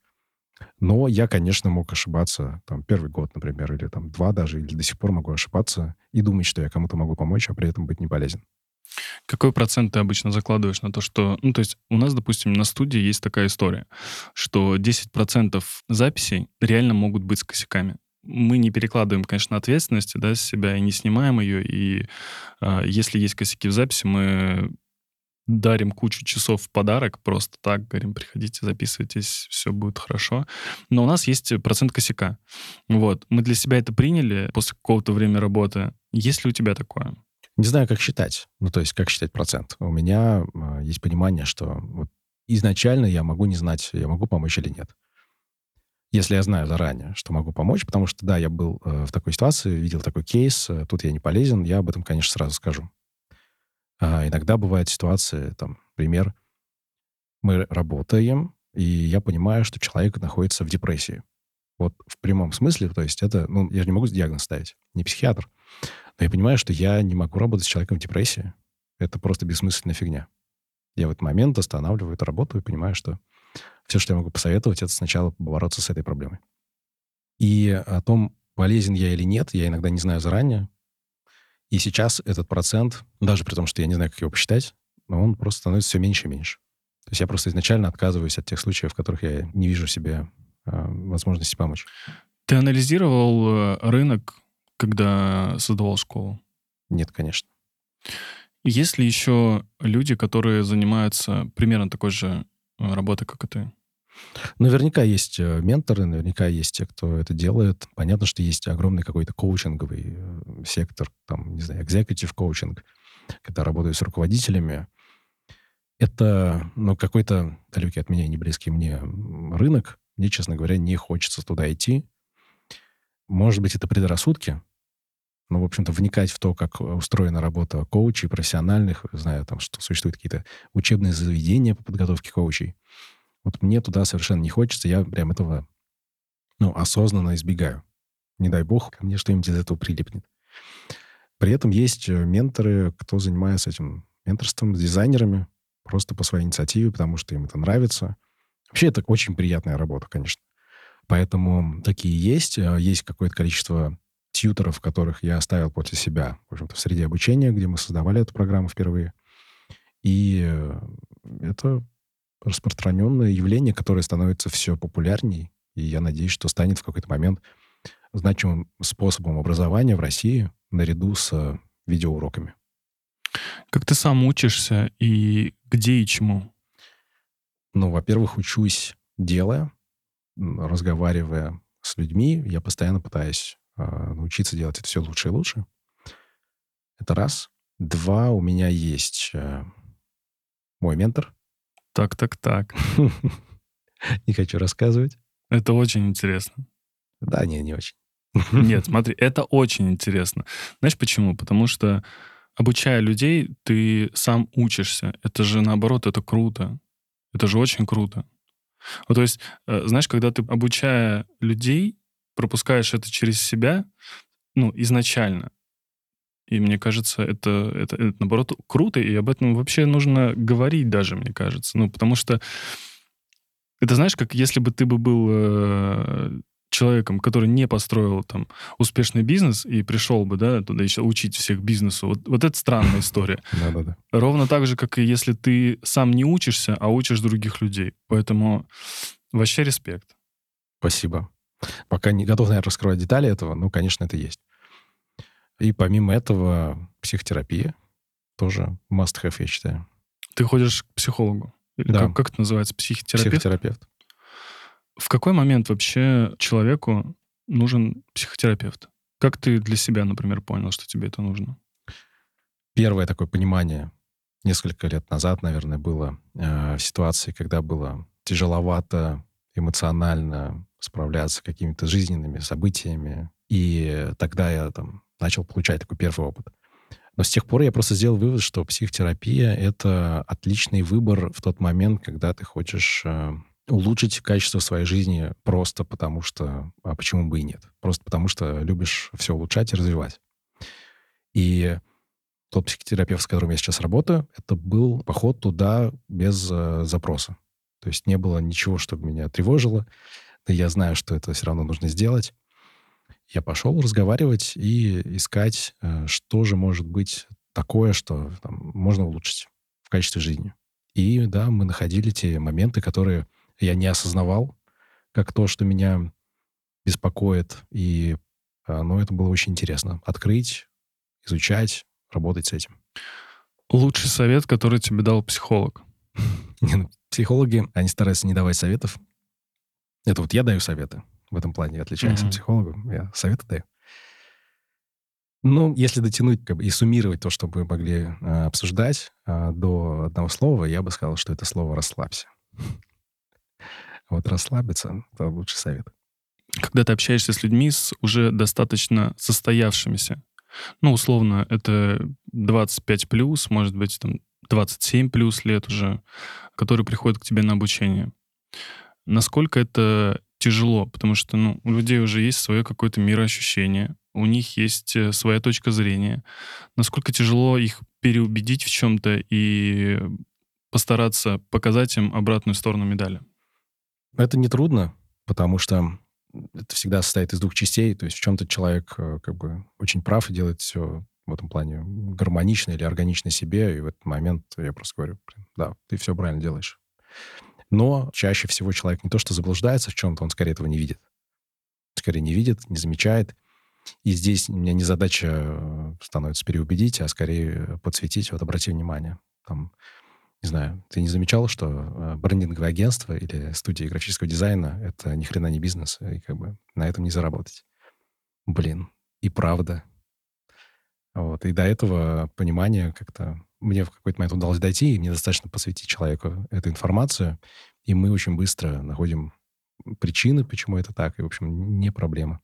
Но я, конечно, мог ошибаться первый год, например, или 2 даже, или до сих пор могу ошибаться и думать, что я кому-то могу помочь, а при этом быть не полезен. Какой процент ты обычно закладываешь на то, что... то есть у нас, допустим, на студии есть такая история, что 10% записей реально могут быть с косяками. Мы не перекладываем, конечно, ответственности, с себя и не снимаем ее. И если есть косяки в записи, мы дарим кучу часов в подарок, просто так говорим, приходите, записывайтесь, все будет хорошо. Но у нас есть процент косяка. Вот. Мы для себя это приняли после какого-то времени работы. Есть ли у тебя такое? Не знаю, как считать. То есть, как считать процент. У меня есть понимание, что изначально я могу не знать, я могу помочь или нет. Если я знаю заранее, что могу помочь, потому что, да, я был в такой ситуации, видел такой кейс, тут я не полезен, я об этом, конечно, сразу скажу. Иногда бывают ситуации, пример, мы работаем, и я понимаю, что человек находится в депрессии. Вот в прямом смысле, то есть это, я же не могу диагноз ставить, не психиатр, но я понимаю, что я не могу работать с человеком в депрессии. это просто бессмысленная фигня. Я в этот момент останавливаю эту работу и понимаю, что все, что я могу посоветовать, это сначала побороться с этой проблемой. И о том, полезен я или нет, я иногда не знаю заранее. И сейчас этот процент, даже при том, что я не знаю, как его посчитать, но он просто становится все меньше и меньше. То есть я просто изначально отказываюсь от тех случаев, в которых я не вижу себе возможности помочь. Ты анализировал рынок, когда создавал школу? Нет, конечно. Есть ли еще люди, которые занимаются примерно такой же работой, как и ты? Наверняка есть менторы, наверняка есть те, кто это делает. Понятно, что есть огромный какой-то коучинговый сектор, там, не знаю, executive коучинг, когда работают с руководителями. Это, какой-то далекий от меня и не близкий мне рынок. Мне, честно говоря, не хочется туда идти. Может быть, это предрассудки, но, в общем-то, вникать в то, как устроена работа коучей, профессиональных, знаю, там, что существуют какие-то учебные заведения по подготовке коучей. Вот мне туда совершенно не хочется, я прям этого, осознанно избегаю. Не дай бог, ко мне что-нибудь из этого прилипнет. При этом есть менторы, кто занимается этим менторством с дизайнерами, просто по своей инициативе, потому что им это нравится. Вообще, это очень приятная работа, конечно. Поэтому такие есть. Есть какое-то количество тьюторов, которых я оставил после себя, в общем-то, в среде обучения, где мы создавали эту программу впервые. И это распространенное явление, которое становится все популярней. И я надеюсь, что станет в какой-то момент значимым способом образования в России наряду с видеоуроками. Как ты сам учишься и где и чему? Во-первых, учусь делая, разговаривая с людьми. Я постоянно пытаюсь научиться делать это все лучше и лучше. Это раз. Два, у меня есть мой ментор. Так. Не хочу рассказывать. Это очень интересно. Да, не очень. Нет, смотри, это очень интересно. Знаешь почему? Потому что, обучая людей, ты сам учишься. Это же, наоборот, это круто. Это же очень круто. То есть, знаешь, когда ты, обучая людей, пропускаешь это через себя, изначально. И мне кажется, это наоборот, круто, и об этом вообще нужно говорить даже, мне кажется. Потому что это, знаешь, как если бы ты был человеком, который не построил там успешный бизнес и пришел бы, туда еще учить всех бизнесу. Вот это странная история. Да. Ровно так же, как и если ты сам не учишься, а учишь других людей. Поэтому вообще респект. Спасибо. Пока не готов, наверное, раскрывать детали этого, конечно, это есть. И помимо этого психотерапия тоже must-have, я считаю. Ты ходишь к психологу? Или Да. как это называется? Психотерапевт? Психотерапевт. В какой момент вообще человеку нужен психотерапевт? Как ты для себя, например, понял, что тебе это нужно? Первое такое понимание несколько лет назад, наверное, было в ситуации, когда было тяжеловато эмоционально справляться с какими-то жизненными событиями. И тогда я начал получать такой первый опыт. Но с тех пор я просто сделал вывод, что психотерапия — это отличный выбор в тот момент, когда ты хочешь улучшить качество своей жизни просто потому что... А почему бы и нет? Просто потому что любишь все улучшать и развивать. И тот психотерапевт, с которым я сейчас работаю, это был поход туда без запроса. То есть не было ничего, чтобы меня тревожило. Но я знаю, что это все равно нужно сделать. Я пошел разговаривать и искать, что же может быть такое, что можно улучшить в качестве жизни. И да, мы находили те моменты, которые я не осознавал, как то, что меня беспокоит. И это было очень интересно. Открыть, изучать, работать с этим. Лучший совет, который тебе дал психолог? Психологи, они стараются не давать советов. Это я даю советы. В этом плане я отличаюсь от психолога. Я советы даю. Если дотянуть и суммировать то, что мы могли обсуждать до одного слова, я бы сказал, что это слово «расслабься». расслабиться — это лучший совет. Когда ты общаешься с людьми, с уже достаточно состоявшимися, условно, это 25+, может быть, 27+ лет уже, которые приходят к тебе на обучение. Насколько это тяжело? Потому что, у людей уже есть свое какое-то мироощущение, у них есть своя точка зрения. Насколько тяжело их переубедить в чем-то и постараться показать им обратную сторону медали? Это нетрудно, потому что это всегда состоит из двух частей. То есть в чем-то человек как бы очень прав и делает все в этом плане гармонично или органично себе, и в этот момент я просто говорю, да, ты все правильно делаешь. Но чаще всего человек не то что заблуждается в чем-то, он скорее этого не видит. Скорее не видит, не замечает. И здесь у меня не задача становится переубедить, а скорее подсветить, вот обрати внимание. Там, не знаю, ты не замечал, что брендинговое агентство или студия графического дизайна — это ни хрена не бизнес, и как бы на этом не заработать. Блин, и правда. Вот. И до этого понимания как-то мне в какой-то момент удалось дойти, и мне достаточно посвятить человеку эту информацию, и мы очень быстро находим причины, почему это так, и, в общем, не проблема.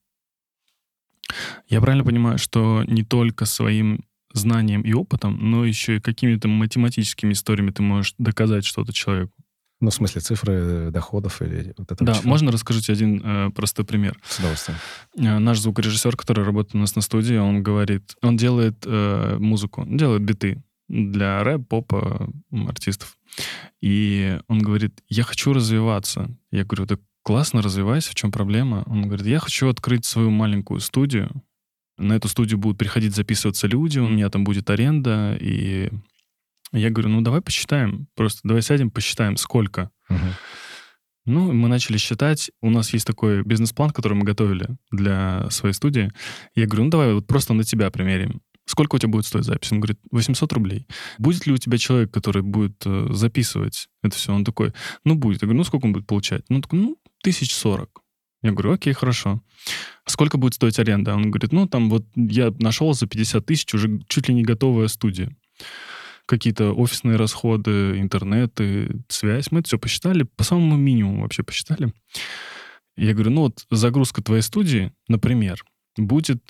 Я правильно понимаю, что не только своим знанием и опытом, но еще и какими-то математическими историями ты можешь доказать что-то человеку? Ну, в смысле, цифры доходов или вот это? Да, число? можно расскажите один простой пример? С удовольствием. Наш звукорежиссер, который работает у нас на студии, он говорит, он делает музыку, делает биты для рэп, попа, артистов. И он говорит, я хочу развиваться. Я говорю, так классно, развивайся, в чем проблема? Он говорит, я хочу открыть свою маленькую студию. На эту студию будут приходить записываться люди, у меня там будет аренда, и я говорю, ну давай посчитаем, просто давай сядем, посчитаем, сколько. Ну, мы начали считать. У нас есть такой бизнес-план, который мы готовили для своей студии. Я говорю, ну давай вот просто на тебя примерим. Сколько у тебя будет стоить запись? Он говорит, 800 рублей. Будет ли у тебя человек, который будет записывать это все? Он такой, ну будет. Я говорю, ну сколько он будет получать? Ну, такой, ну, 1040. Я говорю, окей, хорошо. Сколько будет стоить аренда? Он говорит, ну там вот я нашел за 50 тысяч уже чуть ли не готовая студия. Какие-то офисные расходы, интернеты, связь. Мы это все посчитали, по самому минимуму вообще посчитали. Я говорю, ну вот загрузка твоей студии, например, будет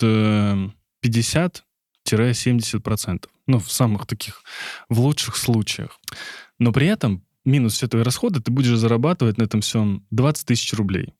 50-70%. Ну, в самых таких, в лучших случаях. Но при этом минус все твои расходы, ты будешь зарабатывать на этом всем 20 тысяч рублей.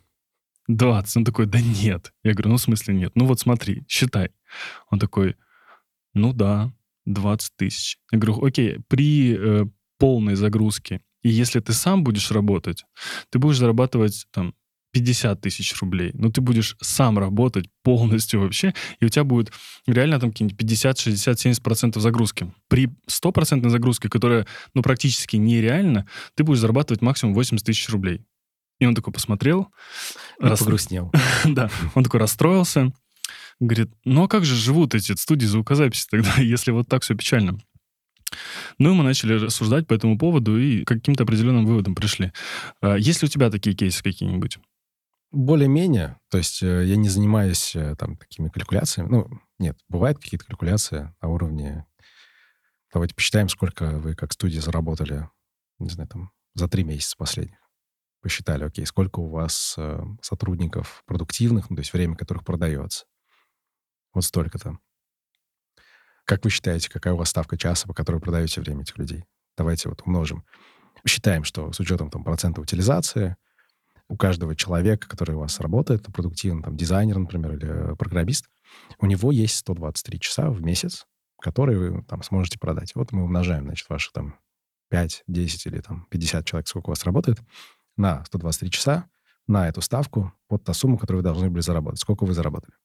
20. Он такой, да нет. Я говорю, ну в смысле нет? Ну вот смотри, считай. Он такой, ну да, 20 тысяч. Я говорю, окей, при полной загрузке, и если ты сам будешь работать, ты будешь зарабатывать там 50 тысяч рублей. Но ты будешь сам работать полностью вообще, и у тебя будет реально там какие-нибудь 50, 60, 70% загрузки. При 100% загрузке, которая, ну, практически нереальна, ты будешь зарабатывать максимум 80 тысяч рублей. И он такой посмотрел. Погрустнел. Да, он такой расстроился. Говорит, ну а как же живут эти студии звукозаписи тогда, если вот так все печально? Ну и мы начали рассуждать по этому поводу и к каким-то определенным выводам пришли. Есть ли у тебя такие кейсы какие-нибудь? Более-менее. То есть я не занимаюсь там такими калькуляциями. Ну, нет, бывают какие-то калькуляции на уровне... Давайте посчитаем, сколько вы как студия заработали, не знаю, там, за 3 месяца последних. Посчитали, окей, сколько у вас сотрудников продуктивных, ну, то есть время которых продается. Вот столько-то. Как вы считаете, какая у вас ставка часа, по которой продаете время этих людей? Давайте вот умножим. Считаем, что с учетом там процента утилизации у каждого человека, который у вас работает, продуктивный, там, дизайнер, например, или программист, у него есть 123 часа в месяц, которые вы там сможете продать. Вот мы умножаем, значит, ваши там 5, 10 или там 50 человек, сколько у вас работает, на 123 часа, на эту ставку, вот та сумма, которую вы должны были заработать. Сколько вы заработали?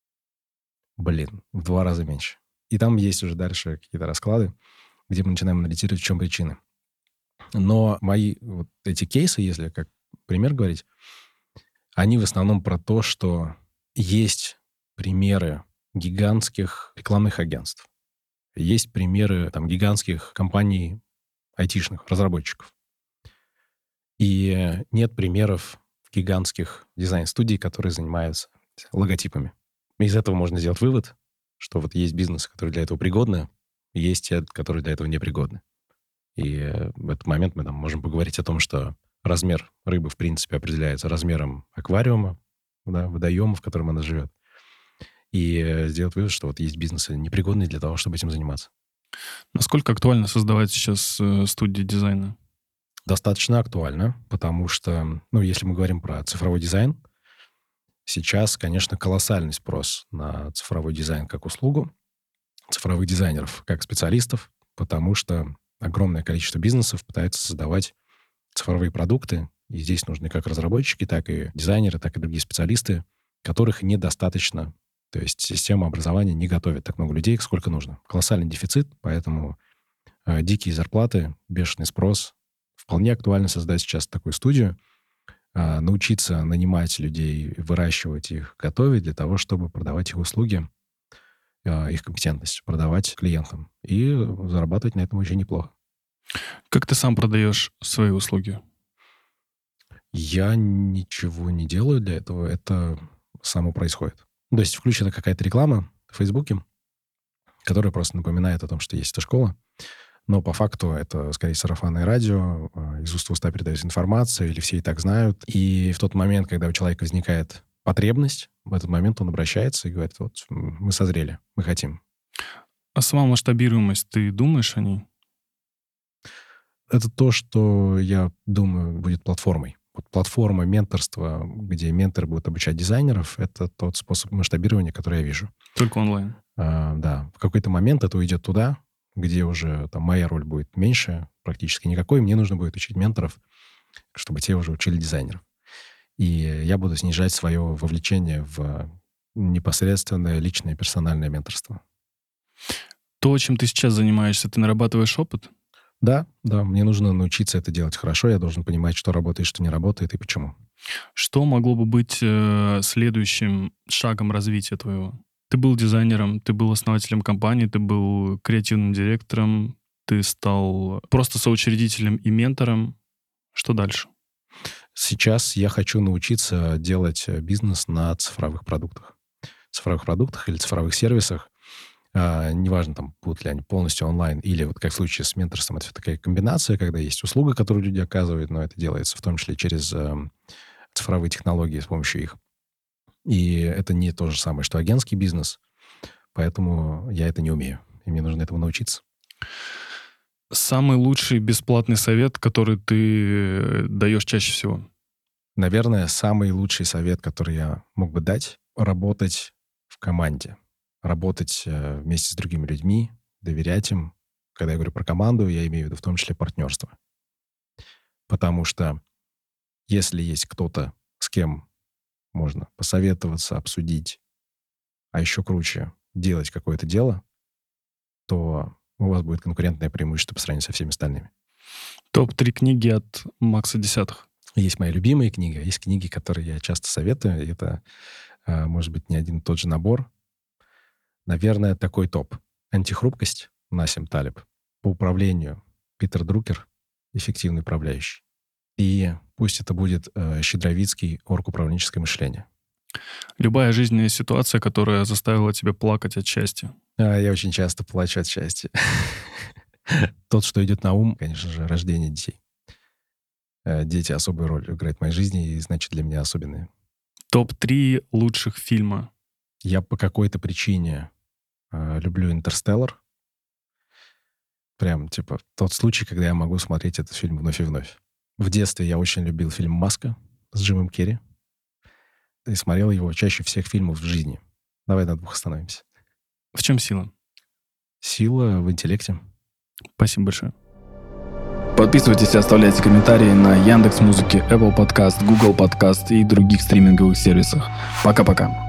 Блин, в 2 раза меньше. И там есть уже дальше какие-то расклады, где мы начинаем анализировать, в чем причины. Но мои вот эти кейсы, если как пример говорить, они в основном про то, что есть примеры гигантских рекламных агентств, есть примеры там гигантских компаний айтишных, разработчиков. И нет примеров гигантских дизайн-студий, которые занимаются логотипами. Из этого можно сделать вывод, что вот есть бизнесы, которые для этого пригодны, и есть те, которые для этого непригодны. И в этот момент мы там можем поговорить о том, что размер рыбы, в принципе, определяется размером аквариума, да, водоема, в котором она живет. И сделать вывод, что вот есть бизнесы непригодные для того, чтобы этим заниматься. Насколько актуально создавать сейчас студии дизайна? Достаточно актуально, потому что, ну, если мы говорим про цифровой дизайн, сейчас, конечно, колоссальный спрос на цифровой дизайн как услугу. цифровых дизайнеров как специалистов, потому что огромное количество бизнесов пытается создавать цифровые продукты, и здесь нужны как разработчики, так и дизайнеры, так и другие специалисты, которых недостаточно. То есть система образования не готовит так много людей, сколько нужно. Колоссальный дефицит, поэтому дикие зарплаты, бешеный спрос. Вполне актуально создать сейчас такую студию, научиться нанимать людей, выращивать их, готовить для того, чтобы продавать их услуги, их компетентность, продавать клиентам и зарабатывать на этом очень неплохо. Как ты сам продаешь свои услуги? Я ничего не делаю для этого, это само происходит. То есть включена какая-то реклама в Фейсбуке, которая просто напоминает о том, что есть эта школа, но по факту это скорее сарафанное радио, из уст в уста передается информация, или все и так знают. И в тот момент, когда у человека возникает потребность, в этот момент он обращается и говорит, вот мы созрели, мы хотим. А сама масштабируемость, ты думаешь о ней? Это то, что, я думаю, будет платформой. Вот платформа менторства, где менторы будут обучать дизайнеров, это тот способ масштабирования, который я вижу. Только онлайн? Да. В какой-то момент это уйдет туда, где уже там моя роль будет меньше, практически никакой. Мне нужно будет учить менторов, чтобы те уже учили дизайнеров. И я буду снижать свое вовлечение в непосредственное личное персональное менторство. То, чем ты сейчас занимаешься, ты нарабатываешь опыт? Да, мне нужно научиться это делать хорошо. Я должен понимать, что работает, что не работает и почему. Что могло бы быть следующим шагом развития твоего? Ты был дизайнером, ты был основателем компании, ты был креативным директором, ты стал просто соучредителем и ментором. Что дальше? Сейчас я хочу научиться делать бизнес на цифровых продуктах. Цифровых продуктах или цифровых сервисах. Неважно, там, будут ли они полностью онлайн, или вот как в случае с менторством, это такая комбинация, когда есть услуга, которую люди оказывают, но это делается в том числе через цифровые технологии, с помощью их. И это не то же самое, что агентский бизнес, поэтому я это не умею, и мне нужно этому научиться. Самый лучший бесплатный совет, который ты даешь чаще всего? Наверное, самый лучший совет, который я мог бы дать, работать в команде. Работать вместе с другими людьми, доверять им. Когда я говорю про команду, я имею в виду в том числе партнерство. Потому что если есть кто-то, с кем можно посоветоваться, обсудить, а еще круче делать какое-то дело, то у вас будет конкурентное преимущество по сравнению со всеми остальными. Топ-3 книги от Макса Десятых. Есть моя любимая книга, есть книги, которые я часто советую. И это, может быть, не один и тот же набор. Наверное, такой топ. «Антихрупкость» Насим Талеб. По управлению Питер Друкер, «Эффективный управляющий». И пусть это будет Щедровицкий «Оргуправленческое мышление». Любая жизненная ситуация, которая заставила тебя плакать от счастья. Я очень часто плачу от счастья. Тот, что идет на ум, конечно же, рождение детей. Дети особую роль играют в моей жизни и, значит, для меня особенные. Топ-3 лучших фильма. Я по какой-то причине люблю «Интерстеллар». Прям, типа, тот случай, когда я могу смотреть этот фильм вновь и вновь. В детстве я очень любил фильм «Маска» с Джимом Керри. И смотрел его чаще всех фильмов в жизни. Давай на 2 остановимся. В чем сила? Сила в интеллекте. Спасибо большое. Подписывайтесь и оставляйте комментарии на Яндекс.Музыке, Apple Podcast, Google Podcast и других стриминговых сервисах. Пока-пока.